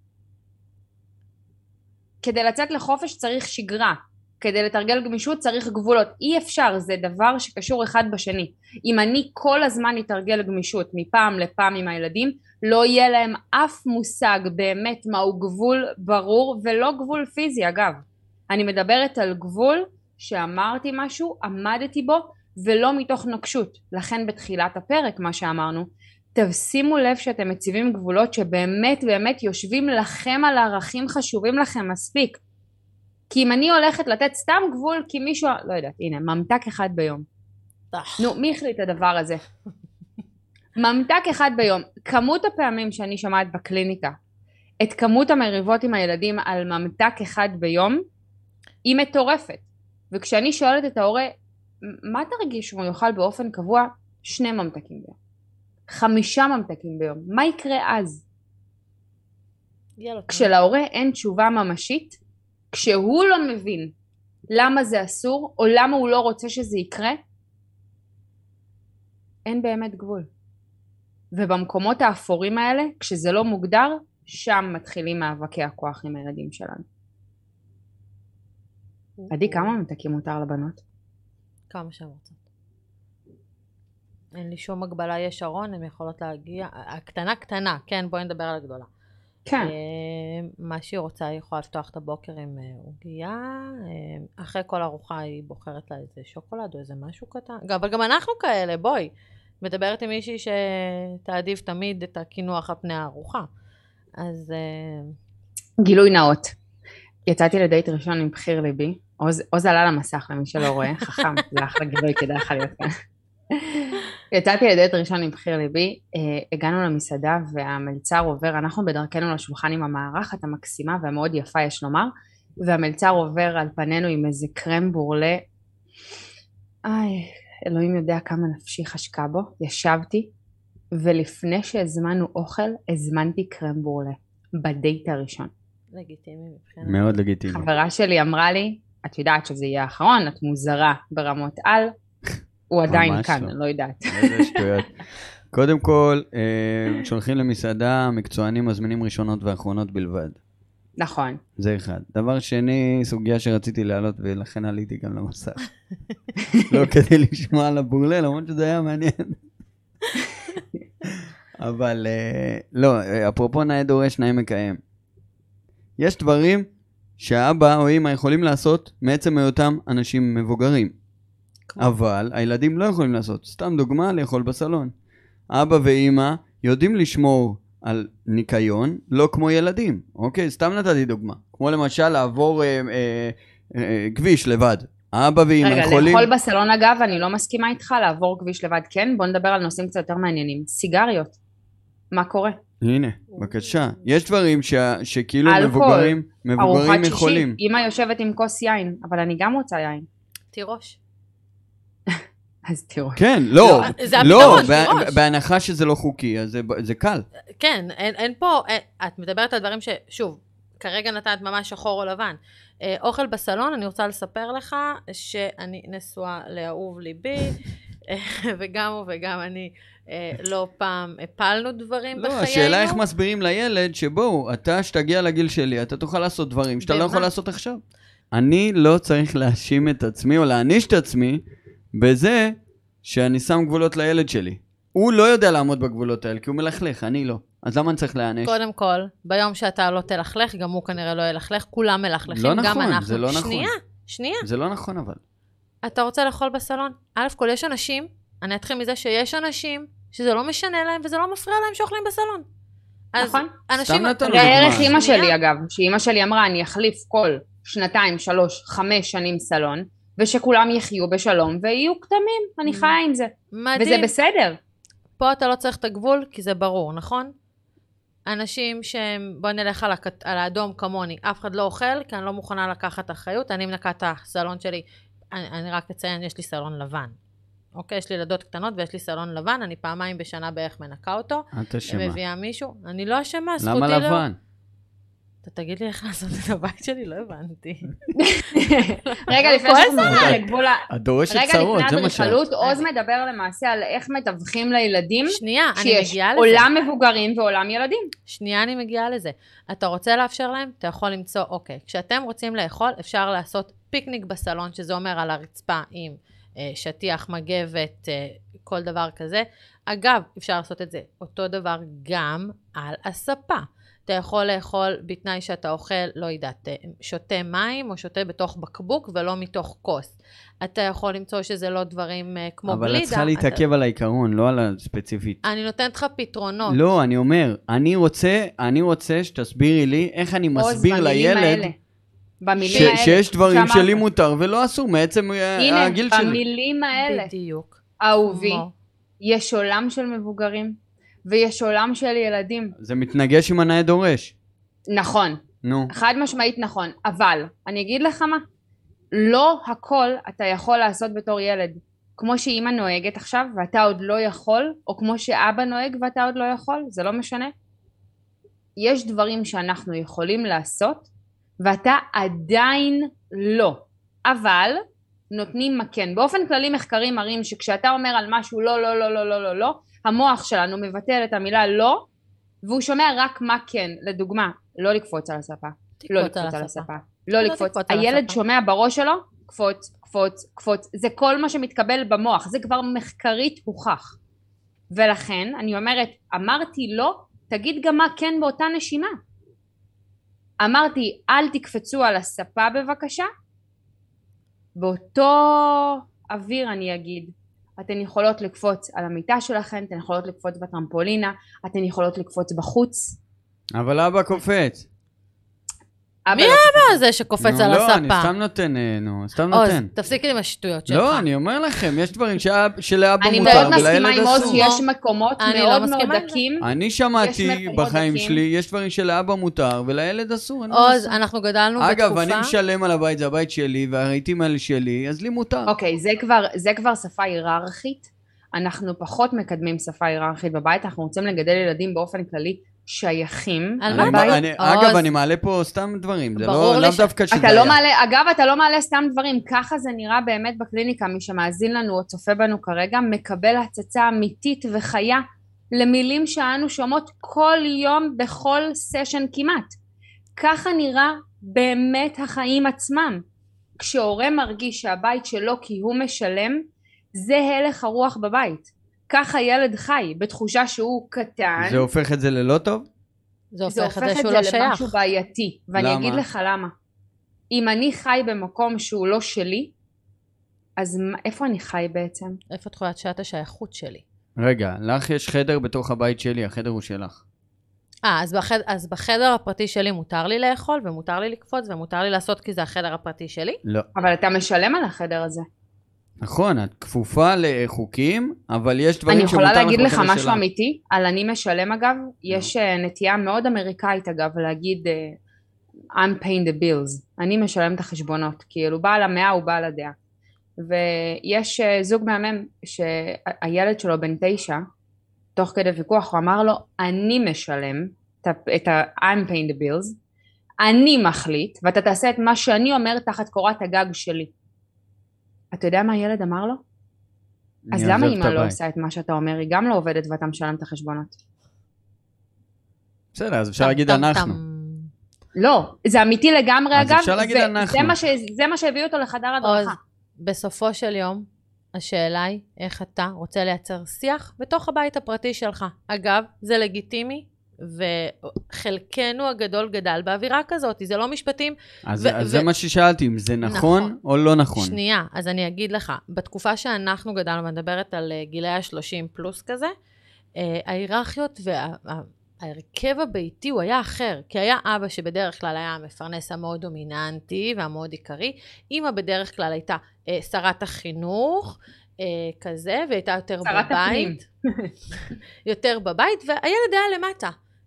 Speaker 2: כדי לצאת לחופש צריך שגרה, כדי לתרגל גמישות צריך גבולות. אי אפשר, זה דבר שקשור אחד בשני. אם אני כל הזמן אתרגל גמישות מפעם לפעם עם הילדים, לא יהיה להם אף מושג באמת מהו גבול ברור, ולא גבול פיזי אגב. אני מדברת על גבול שאמרתי משהו, עמדתי בו, ולא מתוך נוקשות. לכן בתחילת הפרק מה שאמרנו, תשימו לב שאתם מציבים גבולות שבאמת באמת יושבים לכם על ערכים חשובים לכם מספיק. כי אם אני הולכת לתת סתם גבול, כי מישהו, לא יודעת, הנה, ממתק אחד ביום. נו, מי החליט את הדבר הזה? ממתק אחד ביום. כמות הפעמים שאני שומעת בקליניקה, את כמות המריבות עם הילדים על ממתק אחד ביום, היא מטורפת. וכשאני שואלת את ההורה, מה תרגיש שהוא יאכל באופן קבוע? שני ממתקים ביום. חמישה ממתקים ביום. מה יקרה אז? כשלהורה אין תשובה ממשית, כשהוא לא מבין למה זה אסור, או למה הוא לא רוצה שזה יקרה, אין באמת גבול. ובמקומות האפורים האלה, כשזה לא מוגדר, שם מתחילים מאבקי הכוח עם הילדים שלנו. עדי, כמה ממתקים מותר לבנות?
Speaker 3: כמה שרוצות. אין לי שום הגבלה, יש שרון, הן יכולות להגיע, הקטנה קטנה, כן, בואי נדבר על הגדולה.
Speaker 2: כן.
Speaker 3: מה שהיא רוצה, היא יכולה לפתוח את הבוקר עם עוגיה, אחרי כל ארוחה היא בוחרת לה איזה שוקולד או איזה משהו קטן, אבל גם אנחנו כאלה, בואי, מדברת עם מישהי שתעדיף תמיד את הכינוח על פני הארוחה, אז...
Speaker 2: גילוי נאות, יצאתי לדייט ראשון עם בחיר ליבי, עוז, עוז עלה למסך למי שלא רואה, חכם, זה אחלה גילוי, כדאי לך להיות כאן. יצאתי לדייט ראשון עם בחיר ליבי, הגענו למסעדה והמלצר עובר, אנחנו בדרכנו לשולחן עם המארחת המקסימה והמאוד יפה יש לומר, והמלצר עובר על פנינו עם איזה קרם בורלה, איי, אלוהים יודע כמה נפשי חשקה בו, ישבתי, ולפני שהזמנו אוכל, הזמנתי קרם בורלה, בדייט הראשון.
Speaker 3: לגיטימי מבחינת.
Speaker 1: מאוד לגיטימי.
Speaker 2: חברה שלי אמרה לי, את יודעת שזה יהיה האחרון, את מוזרה ברמות על, הוא עדיין כאן, אני לא יודעת.
Speaker 1: איזה שטויות. קודם כל, שולחים למסעדה, מקצוענים מזמינים ראשונות ואחרונות בלבד.
Speaker 2: נכון.
Speaker 1: זה אחד. דבר שני, סוגיה שרציתי להעלות, ולכן עליתי גם למסך. לא כדי לשמוע על הבורלה, למרות שזה היה מעניין. אבל לא, אפרופו נאה דורש נאה מקיים. יש דברים שהאבא או אמא יכולים לעשות מעצם היותם אנשים מבוגרים. אבל הילדים לא יכולים לעשות. סתם דוגמה, לאכול בסלון. אבא ואמא יודעים לשמור על ניקיון, לא כמו ילדים. אוקיי, סתם נתתי דוגמה. כמו למשל לעבור אה, אה, אה, כביש לבד. אבא ואמא
Speaker 2: רגע,
Speaker 1: יכולים...
Speaker 2: לאכול בסלון אגב, אני לא מסכימה איתך, לעבור כביש לבד כן. בוא נדבר על נושאים קצת יותר מעניינים. סיגריות. מה קורה?
Speaker 1: הנה, בבקשה. יש דברים ש... שכאילו
Speaker 2: אלכוהול,
Speaker 1: מבוגרים, מבוגרים יכולים.
Speaker 2: שישי, אמא יושבת עם כוס יין, אבל אני גם רוצה יין.
Speaker 3: תירוש.
Speaker 2: אז תראו.
Speaker 1: כן, לא,
Speaker 3: זה
Speaker 1: לא,
Speaker 3: הפתרון, תירוש.
Speaker 1: בהנחה שזה לא חוקי, אז זה, זה קל.
Speaker 3: כן, אין, אין פה, אין, את מדברת על דברים ששוב, כרגע נתנת ממש שחור או לבן. אה, אוכל בסלון, אני רוצה לספר לך שאני נשואה לאהוב ליבי, אה, וגם הוא וגם אני אה, לא פעם הפלנו דברים
Speaker 1: לא,
Speaker 3: בחיינו.
Speaker 1: השאלה איך מסבירים לילד שבואו, אתה שתגיע לגיל שלי, אתה תוכל לעשות דברים שאתה
Speaker 3: במה?
Speaker 1: לא יכול לעשות עכשיו. אני לא צריך להאשים את עצמי או להעניש את עצמי בזה שאני שם גבולות לילד שלי. הוא לא יודע לעמוד בגבולות האלה, כי הוא מלכלך, אני לא. אז למה אני צריך להעניש?
Speaker 3: קודם כל, ביום שאתה לא תלכלך, גם הוא כנראה לא ילכלך, כולם מלכלכים,
Speaker 1: לא
Speaker 3: גם
Speaker 1: נכון,
Speaker 3: אנחנו.
Speaker 1: זה לא נכון.
Speaker 3: שנייה, שנייה.
Speaker 1: זה לא נכון אבל.
Speaker 3: אתה רוצה לאכול בסלון? א' כל יש אנשים, אני אתחיל מזה שיש אנשים שזה לא משנה להם וזה לא מפריע להם שאוכלים בסלון.
Speaker 2: נכון.
Speaker 3: אנשים...
Speaker 1: סתם נתנו
Speaker 2: זה ערך
Speaker 1: דוגמה.
Speaker 2: אמא
Speaker 3: שנייה.
Speaker 2: שלי אגב, שאמא שלי אמרה אני אחליף כל שנתיים, שלוש, חמש שנים סלון, ושכולם יחיו בשלום ויהיו קטמים, אני חיה עם זה.
Speaker 3: מדהים.
Speaker 2: וזה בסדר.
Speaker 3: פה אתה לא צריך את הגבול, כי זה ברור, נכון? אנשים שהם, בוא נלך על, הקט, על האדום כמוני, אף אחד לא אוכל, כי אני לא מוכנה לקחת אחריות, אני מנקה את הסלון שלי, אני, אני רק אציין, יש לי סלון לבן. אוקיי, יש לי ילדות קטנות ויש לי סלון לבן, אני פעמיים בשנה בערך מנקה אותו.
Speaker 1: את אשמה.
Speaker 3: מביאה מישהו, אני לא אשמה, זכותי
Speaker 1: למה
Speaker 3: לא.
Speaker 1: לבן?
Speaker 3: אתה תגיד לי איך לעשות את הבית שלי, לא הבנתי.
Speaker 2: רגע, לפני שאנחנו מגיעים לגבול ה...
Speaker 1: הדורשת
Speaker 2: רגע,
Speaker 1: צרות,
Speaker 2: לפני
Speaker 1: זה מה ש...
Speaker 2: הדריכלות, עוז מדבר למעשה על איך מתווכים לילדים,
Speaker 3: שנייה, אני
Speaker 2: שיש
Speaker 3: מגיעה לזה.
Speaker 2: עולם מבוגרים ועולם ילדים.
Speaker 3: שנייה, אני מגיעה לזה. אתה רוצה לאפשר להם? אתה יכול למצוא, אוקיי, כשאתם רוצים לאכול, אפשר לעשות פיקניק בסלון, שזה אומר על הרצפה עם אה, שטיח, מגבת, אה, כל דבר כזה. אגב, אפשר לעשות את זה אותו דבר גם על הספה. אתה יכול לאכול בתנאי שאתה אוכל, לא יודעת, שותה מים או שותה בתוך בקבוק ולא מתוך כוס. אתה יכול למצוא שזה לא דברים uh, כמו
Speaker 1: אבל
Speaker 3: גלידה.
Speaker 1: אבל את צריכה להתעכב אתה... על העיקרון, לא על הספציפית.
Speaker 3: אני נותנת לך פתרונות.
Speaker 1: לא, אני אומר, אני רוצה, אני רוצה שתסבירי לי איך אני מסביר לילד
Speaker 2: במילים
Speaker 1: ש-
Speaker 2: האלה.
Speaker 1: שיש דברים שאמרת. שלי מותר ולא אסור, מעצם
Speaker 2: הנה,
Speaker 1: הגיל שלי.
Speaker 2: הנה, במילים האלה.
Speaker 3: בדיוק.
Speaker 2: אהובי, יש עולם של מבוגרים. ויש עולם של ילדים.
Speaker 1: זה מתנגש עם הנאה דורש.
Speaker 2: נכון.
Speaker 1: נו.
Speaker 2: חד משמעית נכון. אבל, אני אגיד לך מה, לא הכל אתה יכול לעשות בתור ילד. כמו שאמא נוהגת עכשיו ואתה עוד לא יכול, או כמו שאבא נוהג ואתה עוד לא יכול, זה לא משנה. יש דברים שאנחנו יכולים לעשות, ואתה עדיין לא. אבל, נותנים מקן. באופן כללי מחקרים מראים שכשאתה אומר על משהו לא, לא, לא, לא, לא, לא, לא, המוח שלנו מבטל את המילה לא, והוא שומע רק מה כן. לדוגמה, לא לקפוץ על הספה. לא לקפוץ על הספה. לא לקפוץ. הילד שומע בראש שלו, קפוץ, קפוץ, קפוץ. זה כל מה שמתקבל במוח. זה כבר מחקרית הוכח. ולכן, אני אומרת, אמרתי לא, תגיד גם מה כן באותה נשימה. אמרתי, אל תקפצו על הספה בבקשה. באותו אוויר אני אגיד, אתן יכולות לקפוץ על המיטה שלכם, אתן יכולות לקפוץ בטרמפולינה, אתן יכולות לקפוץ בחוץ.
Speaker 1: אבל אבא קופץ.
Speaker 3: מי האבא הזה שקופץ על הספה?
Speaker 1: לא, אני סתם נותן, נו, סתם נותן.
Speaker 3: תפסיק עם השטויות שלך.
Speaker 1: לא, אני אומר לכם, יש דברים שלאבא מותר,
Speaker 2: אני מאוד מסכימה עם עוז שיש מקומות מאוד מאוד דקים.
Speaker 1: אני שמעתי בחיים שלי, יש דברים שלאבא מותר ולילד אסור.
Speaker 3: עוז, אנחנו גדלנו בתקופה...
Speaker 1: אגב, אני משלם על הבית, זה הבית שלי, והרהיטים האלה שלי, אז לי מותר.
Speaker 2: אוקיי, זה כבר שפה היררכית. אנחנו פחות מקדמים שפה היררכית בבית, אנחנו רוצים לגדל ילדים באופן כללי שייכים.
Speaker 1: אגב, אני מעלה פה סתם דברים, זה לא דווקא שזה
Speaker 2: היה. אגב, אתה לא מעלה סתם דברים, ככה זה נראה באמת בקליניקה, מי שמאזין לנו או צופה בנו כרגע, מקבל הצצה אמיתית וחיה למילים שאנו שומעות כל יום בכל סשן כמעט. ככה נראה באמת החיים עצמם. כשהורה מרגיש שהבית שלו כי הוא משלם, זה הלך הרוח בבית. ככה ילד חי, בתחושה שהוא קטן.
Speaker 1: זה הופך את זה ללא טוב?
Speaker 3: זה הופך את זה שהוא לא שייך.
Speaker 2: זה הופך את זה למשהו בעייתי. ואני אגיד לך למה. אם אני חי במקום שהוא לא שלי, אז איפה אני חי בעצם?
Speaker 3: איפה תחולת שעת השייכות שלי?
Speaker 1: רגע, לך יש חדר בתוך הבית שלי, החדר הוא שלך.
Speaker 3: אה, אז, בחד... אז בחדר הפרטי שלי מותר לי לאכול, ומותר לי לקפוץ, ומותר לי לעשות כי זה החדר הפרטי שלי?
Speaker 1: לא.
Speaker 2: אבל אתה משלם על החדר הזה.
Speaker 1: נכון, את כפופה לחוקים, אבל יש דברים שמותר...
Speaker 2: אני יכולה להגיד לך משהו אמיתי, על אני משלם אגב, יש נטייה מאוד אמריקאית אגב, להגיד I'm paying the bills, אני משלם את החשבונות, כאילו בעל המאה הוא בעל הדעה. ויש זוג מהמם שהילד שלו בן תשע, תוך כדי ויכוח, הוא אמר לו, אני משלם את ה- I'm paying the bills, אני מחליט, ואתה תעשה את מה שאני אומר תחת קורת הגג שלי. אתה יודע מה הילד אמר לו? אז למה אמא לא עושה את מה שאתה אומר? היא גם לא עובדת ואתה משלם את החשבונות.
Speaker 1: בסדר, אז אפשר להגיד אנחנו.
Speaker 2: לא, זה אמיתי לגמרי אגב.
Speaker 1: אז אפשר להגיד אנחנו.
Speaker 2: זה מה שהביא אותו לחדר הדרכה.
Speaker 3: בסופו של יום, השאלה היא איך אתה רוצה לייצר שיח בתוך הבית הפרטי שלך. אגב, זה לגיטימי, וחלקנו הגדול גדל באווירה כזאת, זה לא משפטים.
Speaker 1: אז, ו- אז ו- זה מה ששאלתי, אם זה נכון, נכון או לא נכון.
Speaker 3: שנייה, אז אני אגיד לך, בתקופה שאנחנו גדלנו, ואני מדברת על גילי ה-שלושים פלוס כזה, ההיררכיות וההרכב הביתי הוא היה אחר, כי היה אבא שבדרך כלל היה המפרנס המאוד דומיננטי והמאוד עיקרי, אמא בדרך כלל הייתה שרת החינוך, כזה, והייתה יותר בבית, יותר בבית, והילד היה למטה.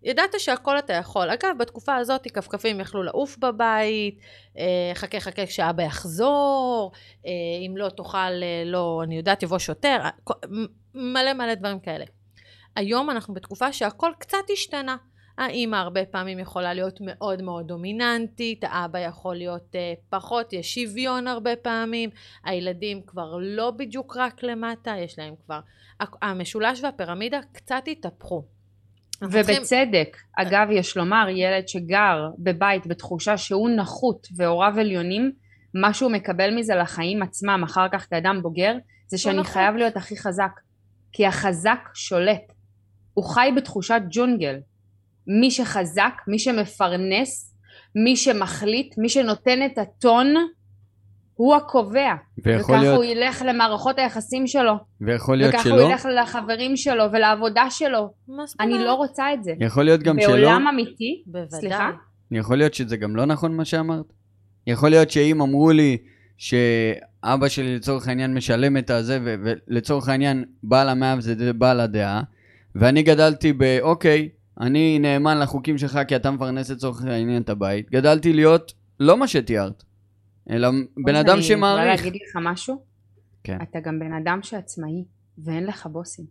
Speaker 3: ידעת שהכל אתה יכול. אגב, בתקופה הזאת כפכפים יכלו לעוף בבית, חכה חכה כשאבא יחזור, אם לא תוכל, לא, אני יודעת, יבוא שוטר, מלא מלא דברים כאלה. היום אנחנו בתקופה שהכל קצת השתנה. האמא הרבה פעמים יכולה להיות מאוד מאוד דומיננטית, האבא יכול להיות uh, פחות, יש שוויון הרבה פעמים, הילדים כבר לא בדיוק רק למטה, יש להם כבר, המשולש והפירמידה קצת התהפכו.
Speaker 2: ובצדק, צריכים... אגב יש לומר, ילד שגר בבית בתחושה שהוא נחות והוריו עליונים, מה שהוא מקבל מזה לחיים עצמם אחר כך כאדם בוגר, זה שאני נכון. חייב להיות הכי חזק, כי החזק שולט, הוא חי בתחושת ג'ונגל, מי שחזק, מי שמפרנס, מי שמחליט, מי שנותן את הטון, הוא הקובע. וככה להיות... הוא ילך למערכות היחסים שלו.
Speaker 1: ויכול להיות
Speaker 2: וככה
Speaker 1: שלא.
Speaker 2: הוא ילך לחברים שלו ולעבודה שלו. אני לא רוצה את זה.
Speaker 1: יכול להיות גם שלא.
Speaker 2: בעולם אמיתי,
Speaker 3: בוודאי.
Speaker 2: סליחה.
Speaker 1: יכול להיות שזה גם לא נכון מה שאמרת. יכול להיות שאם אמרו לי שאבא שלי לצורך העניין משלם את הזה, ולצורך העניין בעל המאה וזה בעל הדעה, ואני גדלתי באוקיי, אני נאמן לחוקים שלך כי אתה מפרנס לצורך העניין את הבית. גדלתי להיות לא מה שתיארת, אלא בן אדם שמעריך.
Speaker 2: אני יכולה להגיד לך משהו?
Speaker 1: כן.
Speaker 2: אתה גם בן אדם שעצמאי ואין לך בוסים.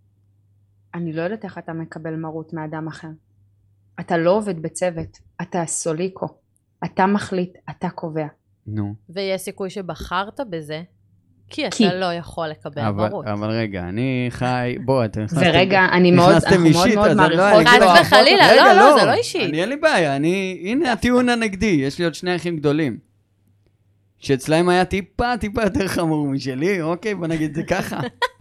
Speaker 2: אני לא יודעת איך אתה מקבל מרות מאדם אחר. אתה לא עובד בצוות, אתה סוליקו. אתה מחליט, אתה קובע.
Speaker 1: נו.
Speaker 3: ויש סיכוי שבחרת בזה, כי אתה
Speaker 2: כי.
Speaker 3: לא יכול לקבל
Speaker 1: אבל,
Speaker 3: מרות.
Speaker 1: אבל רגע, אני חי, בוא, אתם נכנסתם,
Speaker 2: ורגע, אני מאוד, אנחנו מאוד מאוד מעריכות.
Speaker 3: חס וחלילה, לא, לא, זה לא אישית.
Speaker 1: אני אין לי בעיה, אני, הנה הטיעון הנגדי, יש לי עוד שני אחים גדולים. שאצלהם היה טיפה, טיפה יותר חמור משלי, אוקיי, בוא נגיד זה ככה.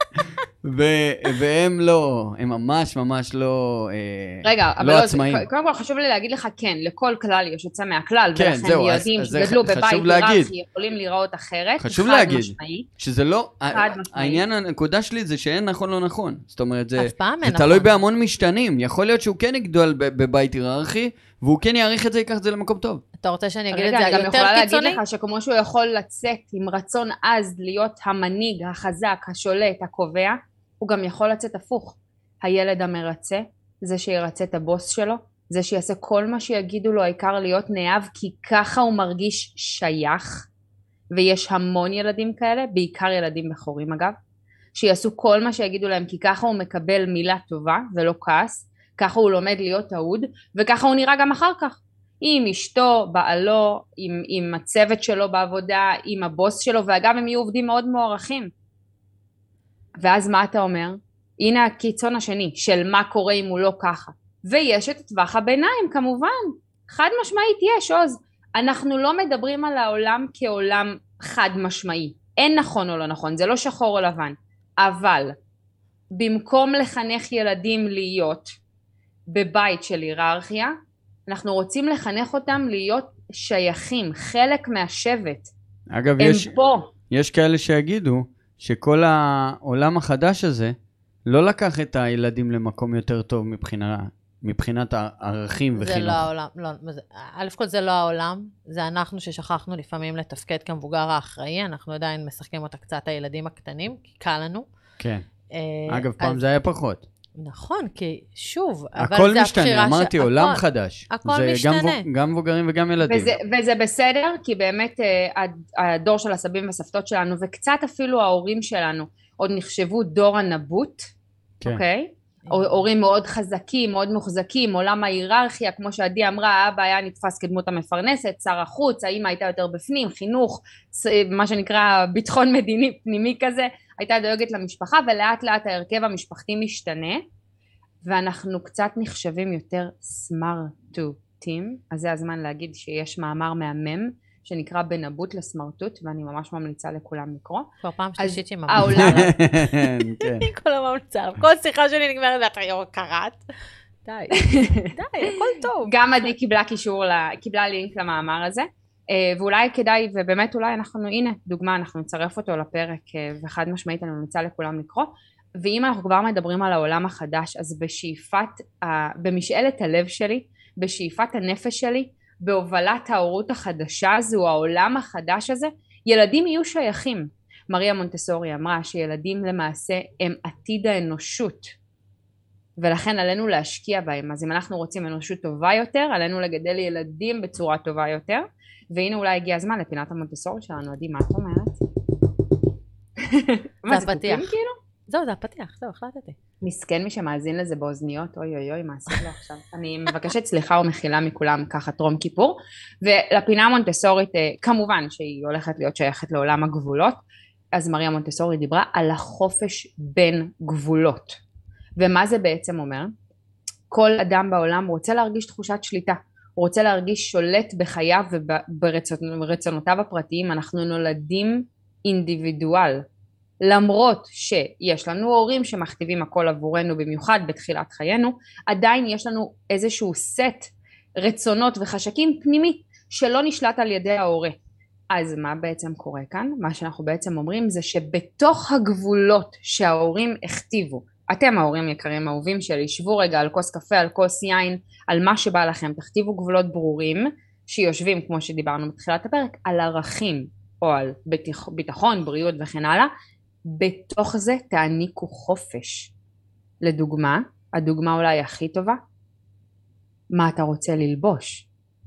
Speaker 1: ו- והם לא, הם ממש ממש לא אה,
Speaker 2: רגע,
Speaker 1: לא
Speaker 2: אבל לא,
Speaker 1: עצמאים.
Speaker 2: קודם כל חשוב לי להגיד לך, כן, לכל כלל יש יוצא מהכלל,
Speaker 1: כן,
Speaker 2: ולכן
Speaker 1: זהו,
Speaker 2: ילדים
Speaker 1: אז- אז
Speaker 2: שגדלו
Speaker 1: זה
Speaker 2: בבית
Speaker 1: חשוב להגיד.
Speaker 2: היררכי יכולים לראות אחרת,
Speaker 1: חשוב
Speaker 2: חד
Speaker 1: להגיד.
Speaker 2: משמעי.
Speaker 1: שזה לא,
Speaker 2: חד משמעי.
Speaker 1: העניין, הנקודה שלי זה שאין נכון לא נכון. זאת אומרת, זה,
Speaker 3: אף פעם
Speaker 1: זה
Speaker 3: אין
Speaker 1: תלוי
Speaker 3: נכון.
Speaker 1: בהמון משתנים. יכול להיות שהוא כן יגדול ב- בבית היררכי, והוא כן יעריך את זה, ייקח את זה למקום טוב.
Speaker 3: אתה רוצה שאני אגיד את
Speaker 2: רגע,
Speaker 3: זה
Speaker 2: אני גם
Speaker 3: יותר
Speaker 2: יכולה להגיד
Speaker 3: קיצוני?
Speaker 2: לך שכמו שהוא יכול לצאת עם רצון עז להיות המנהיג, החזק, השולט, הקובע, הוא גם יכול לצאת הפוך. הילד המרצה, זה שירצה את הבוס שלו, זה שיעשה כל מה שיגידו לו, העיקר להיות נאהב, כי ככה הוא מרגיש שייך, ויש המון ילדים כאלה, בעיקר ילדים בכורים אגב, שיעשו כל מה שיגידו להם, כי ככה הוא מקבל מילה טובה ולא כעס, ככה הוא לומד להיות אהוד, וככה הוא נראה גם אחר כך. עם אשתו, בעלו, עם, עם הצוות שלו בעבודה, עם הבוס שלו, ואגב הם יהיו עובדים מאוד מוערכים. ואז מה אתה אומר? הנה הקיצון השני של מה קורה אם הוא לא ככה. ויש את טווח הביניים כמובן. חד משמעית יש עוז. אנחנו לא מדברים על העולם כעולם חד משמעי. אין נכון או לא נכון, זה לא שחור או לבן. אבל במקום לחנך ילדים להיות בבית של היררכיה, אנחנו רוצים לחנך אותם להיות שייכים, חלק מהשבט.
Speaker 1: אגב,
Speaker 2: הם
Speaker 1: יש,
Speaker 2: פה.
Speaker 1: יש כאלה שיגידו שכל העולם החדש הזה לא לקח את הילדים למקום יותר טוב מבחינה, מבחינת הערכים וחינוך.
Speaker 3: זה לא העולם, לא, זה, א' כל זה לא העולם, זה אנחנו ששכחנו לפעמים לתפקד כמבוגר האחראי, אנחנו עדיין משחקים אותה קצת הילדים הקטנים, כי קל לנו.
Speaker 1: כן.
Speaker 3: אה,
Speaker 1: אגב, פעם
Speaker 3: אז,
Speaker 1: זה היה פחות.
Speaker 3: נכון, כי שוב, אבל
Speaker 1: הכל
Speaker 3: זה
Speaker 1: משתנה,
Speaker 3: הבחירה
Speaker 1: אמרתי,
Speaker 3: ש...
Speaker 1: עולם
Speaker 3: הכל,
Speaker 1: חדש.
Speaker 3: הכל
Speaker 1: זה
Speaker 3: משתנה.
Speaker 1: גם, גם מבוגרים וגם ילדים.
Speaker 2: וזה, וזה בסדר, כי באמת הדור של הסבים והסבתות שלנו, וקצת אפילו ההורים שלנו, עוד נחשבו דור הנבוט,
Speaker 1: כן.
Speaker 2: אוקיי? הורים מאוד חזקים, מאוד מוחזקים, עולם ההיררכיה, כמו שעדי אמרה, האבא היה נתפס כדמות המפרנסת, שר החוץ, האמא הייתה יותר בפנים, חינוך, מה שנקרא ביטחון מדיני פנימי כזה, הייתה דואגת למשפחה, ולאט לאט ההרכב המשפחתי משתנה, ואנחנו קצת נחשבים יותר סמרטוטים, אז זה הזמן להגיד שיש מאמר מהמם, שנקרא בין נבוט לסמרטוט, ואני ממש ממליצה לכולם לקרוא.
Speaker 3: כבר פעם שלישית שהיא
Speaker 2: ממליצה.
Speaker 3: היא כל הממליצה. כל שיחה שלי נגמרת, ואתה יור קראת. די, די, הכל טוב.
Speaker 2: גם עדי קיבלה קישור, קיבלה לינק למאמר הזה, ואולי כדאי, ובאמת אולי אנחנו, הנה, דוגמה, אנחנו נצרף אותו לפרק, וחד משמעית אני ממליצה לכולם לקרוא, ואם אנחנו כבר מדברים על העולם החדש, אז בשאיפת, במשאלת הלב שלי, בשאיפת הנפש שלי, בהובלת ההורות החדשה הזו, העולם החדש הזה, ילדים יהיו שייכים. מריה מונטסורי אמרה שילדים למעשה הם עתיד האנושות. ולכן עלינו להשקיע בהם. אז אם אנחנו רוצים אנושות טובה יותר, עלינו לגדל ילדים בצורה טובה יותר, והנה אולי הגיע הזמן לפינת המונטסורי שלנו. עדי, מה את אומרת?
Speaker 3: זה הפתיח. כאילו? זהו, זה הפתיח, זהו, החלטתי.
Speaker 2: מסכן מי שמאזין לזה באוזניות, אוי אוי אוי, מה עשית לו עכשיו? אני מבקשת סליחה ומחילה מכולם ככה טרום כיפור, ולפינה המונטסורית, כמובן שהיא הולכת להיות שייכת לעולם הגבולות, אז מריה מונטסורי דיברה על החופש בין גבולות. ומה זה בעצם אומר? כל אדם בעולם רוצה להרגיש תחושת שליטה, הוא רוצה להרגיש שולט בחייו וברצונותיו הפרטיים. אנחנו נולדים אינדיבידואל, למרות שיש לנו הורים שמכתיבים הכל עבורנו, במיוחד בתחילת חיינו, עדיין יש לנו איזשהו סט רצונות וחשקים פנימי שלא נשלט על ידי ההורה. אז מה בעצם קורה כאן? מה שאנחנו בעצם אומרים זה שבתוך הגבולות שההורים הכתיבו, אתם ההורים יקרים אהובים שלי, שבו רגע על כוס קפה, על כוס יין, על מה שבא לכם, תכתיבו גבולות ברורים שיושבים, כמו שדיברנו בתחילת הפרק, על ערכים או על ביטחון, בריאות וכן הלאה. בתוך זה תעניקו חופש. לדוגמה, הדוגמה אולי הכי טובה, מה אתה רוצה ללבוש?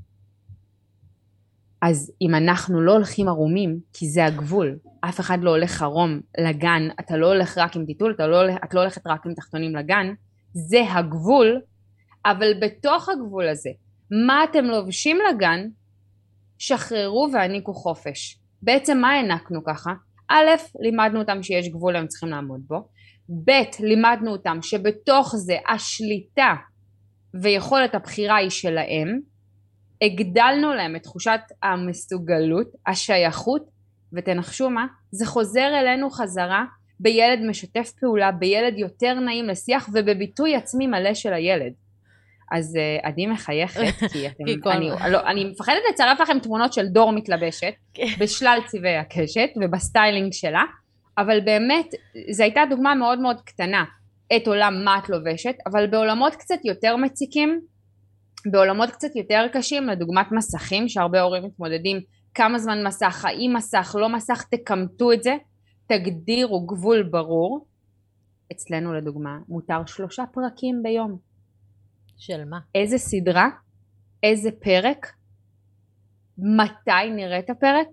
Speaker 2: אז אם אנחנו לא הולכים ערומים, כי זה הגבול, אף אחד לא הולך ערום לגן, אתה לא הולך רק עם טיטול, אתה לא, את לא הולכת רק עם תחתונים לגן, זה הגבול, אבל בתוך הגבול הזה, מה אתם לובשים לגן? שחררו והעניקו חופש. בעצם מה הענקנו ככה? א', לימדנו אותם שיש גבול הם צריכים לעמוד בו, ב', לימדנו אותם שבתוך זה השליטה ויכולת הבחירה היא שלהם, הגדלנו להם את תחושת המסוגלות, השייכות, ותנחשו מה? זה חוזר אלינו חזרה בילד משתף פעולה, בילד יותר נעים לשיח ובביטוי עצמי מלא של הילד. אז uh, עדי מחייכת, כי אתם, אני, לא, אני מפחדת לצרף לכם תמונות של דור מתלבשת, בשלל צבעי הקשת ובסטיילינג שלה, אבל באמת זו הייתה דוגמה מאוד מאוד קטנה, את עולם מה את לובשת, אבל בעולמות קצת יותר מציקים, בעולמות קצת יותר קשים, לדוגמת מסכים, שהרבה הורים מתמודדים, כמה זמן מסך, האם מסך, לא מסך, תקמתו את זה, תגדירו גבול ברור. אצלנו לדוגמה, מותר שלושה פרקים ביום.
Speaker 3: של מה?
Speaker 2: איזה סדרה, איזה פרק, מתי נראה את הפרק,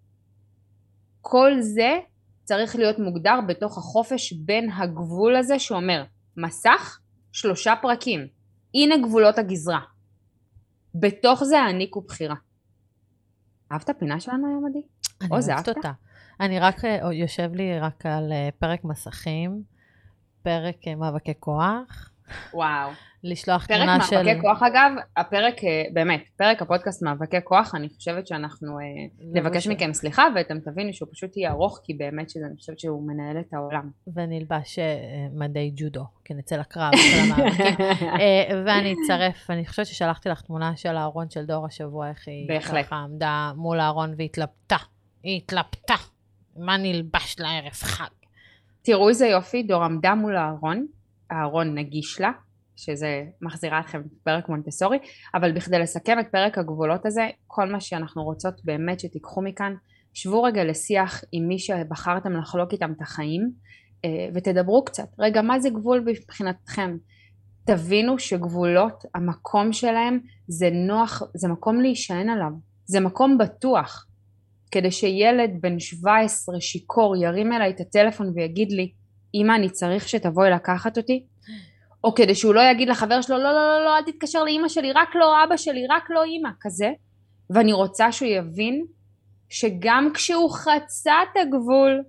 Speaker 2: כל זה צריך להיות מוגדר בתוך החופש בין הגבול הזה שאומר, מסך, שלושה פרקים, הנה גבולות הגזרה. בתוך זה העניקו בחירה. אהבת פינה שלנו היום עדי?
Speaker 3: אני אוהבת אותה. אני רק, יושב לי רק על פרק מסכים, פרק מאבקי כוח.
Speaker 2: וואו.
Speaker 3: לשלוח תמונה של...
Speaker 2: פרק מאבקי כוח אגב, הפרק, באמת, פרק הפודקאסט מאבקי כוח, אני חושבת שאנחנו נבקש מכם סליחה, ואתם תבינו שהוא פשוט יהיה ארוך, כי באמת שזה, אני חושבת שהוא מנהל את העולם.
Speaker 3: ונלבש מדי ג'ודו, כי נצא לקרב של המאבקים. ואני אצרף, אני חושבת ששלחתי לך תמונה של הארון של דור השבוע, איך היא ככה עמדה מול הארון והתלבטה. היא התלבטה. מה נלבש לערב חג?
Speaker 2: תראו איזה יופי, דור עמדה מול הארון, הארון נגיש לה, שזה מחזירה אתכם בפרק מונטסורי, אבל בכדי לסכם את פרק הגבולות הזה, כל מה שאנחנו רוצות באמת שתיקחו מכאן, שבו רגע לשיח עם מי שבחרתם לחלוק איתם את החיים, ותדברו קצת, רגע מה זה גבול מבחינתכם? תבינו שגבולות, המקום שלהם זה נוח, זה מקום להישען עליו, זה מקום בטוח, כדי שילד בן שבע עשרה שיקור ירים אליי את הטלפון ויגיד לי, אמא אני צריך שתבואי לקחת אותי, או כדי שהוא לא יגיד לחבר שלו, לא, לא, לא, לא, אל תתקשר לאמא שלי, רק לא אבא שלי, רק לא אמא, כזה. ואני רוצה שהוא יבין שגם כשהוא חצה את הגבול,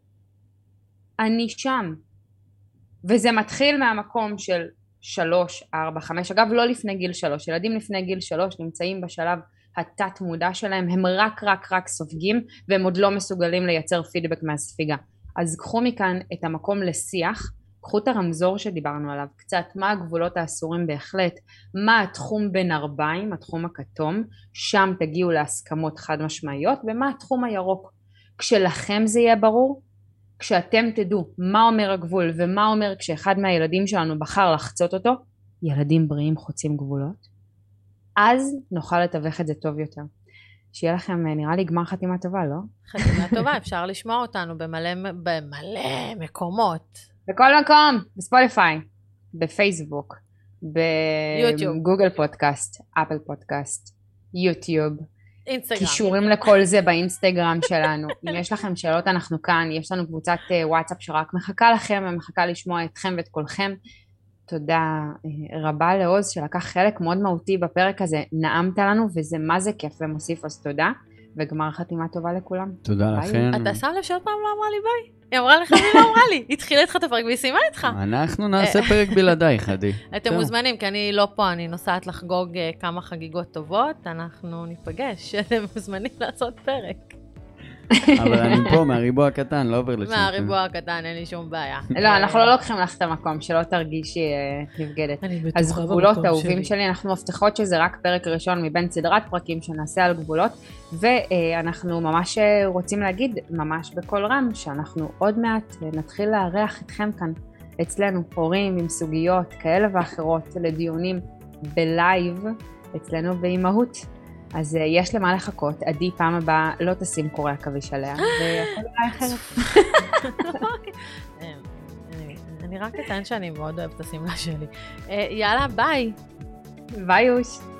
Speaker 2: אני שם. וזה מתחיל מהמקום של שלוש, ארבע, חמש, אגב לא לפני גיל שלוש, ילדים לפני גיל שלוש נמצאים בשלב התת מודע שלהם, הם רק רק רק סופגים, והם עוד לא מסוגלים לייצר פידבק מהספיגה. אז קחו מכאן את המקום לשיח, קחו את הרמזור שדיברנו עליו, קצת מה הגבולות האסורים בהחלט, מה התחום בין ארבעים, התחום הכתום, שם תגיעו להסכמות חד משמעיות, ומה התחום הירוק. כשלכם זה יהיה ברור, כשאתם תדעו מה אומר הגבול, ומה אומר כשאחד מהילדים שלנו בחר לחצות אותו, ילדים בריאים חוצים גבולות, אז נוכל לתווך את זה טוב יותר. שיהיה לכם, נראה לי, גמר חתימה טובה, לא?
Speaker 3: חתימה טובה, אפשר לשמוע אותנו במלא, במלא מקומות.
Speaker 2: בכל מקום, בספוטיפיי. בפייסבוק,
Speaker 3: יוטיוב.
Speaker 2: בגוגל פודקאסט, אפל פודקאסט, יוטיוב.
Speaker 3: אינסטגרם.
Speaker 2: קישורים לכל זה באינסטגרם שלנו. אם יש לכם שאלות, אנחנו כאן. יש לנו קבוצת וואטסאפ שרק מחכה לכם ומחכה לשמוע אתכם ואת כולכם. תודה רבה לעוז שלקח חלק מאוד מהותי בפרק הזה. נעמת לנו וזה מה זה כיף ומוסיף, אז תודה. וגמר חתימה טובה לכולם.
Speaker 1: תודה לכם.
Speaker 3: אתה שם לב שעוד פעם לא אמרה לי ביי? היא אמרה לך, היא לא אמרה לי. התחילה איתך את הפרק והיא סיימה איתך.
Speaker 1: אנחנו נעשה פרק בלעדייך, עדי.
Speaker 3: אתם מוזמנים, כי אני לא פה, אני נוסעת לחגוג כמה חגיגות טובות, אנחנו ניפגש, אתם מוזמנים לעשות פרק.
Speaker 1: אבל אני פה מהריבוע הקטן, לא עובר לשם.
Speaker 3: מהריבוע הקטן, אין לי שום בעיה.
Speaker 2: לא, אנחנו לא לוקחים לך את המקום, שלא תרגישי נבגדת. אז גבולות אהובים שלי, אנחנו מבטיחות שזה רק פרק ראשון מבין סדרת פרקים שנעשה על גבולות, ואנחנו ממש רוצים להגיד, ממש בכל רם, שאנחנו עוד מעט נתחיל לארח אתכם כאן, אצלנו, הורים עם סוגיות כאלה ואחרות, לדיונים בלייב, אצלנו באימהות. אז יש למה לחכות, עדי פעם הבאה לא תשים קורי עכביש עליה, והכל אולי אחרת.
Speaker 3: אני רק אתן שאני מאוד אוהבת את השמלה שלי. יאללה, ביי.
Speaker 2: ביי יוש.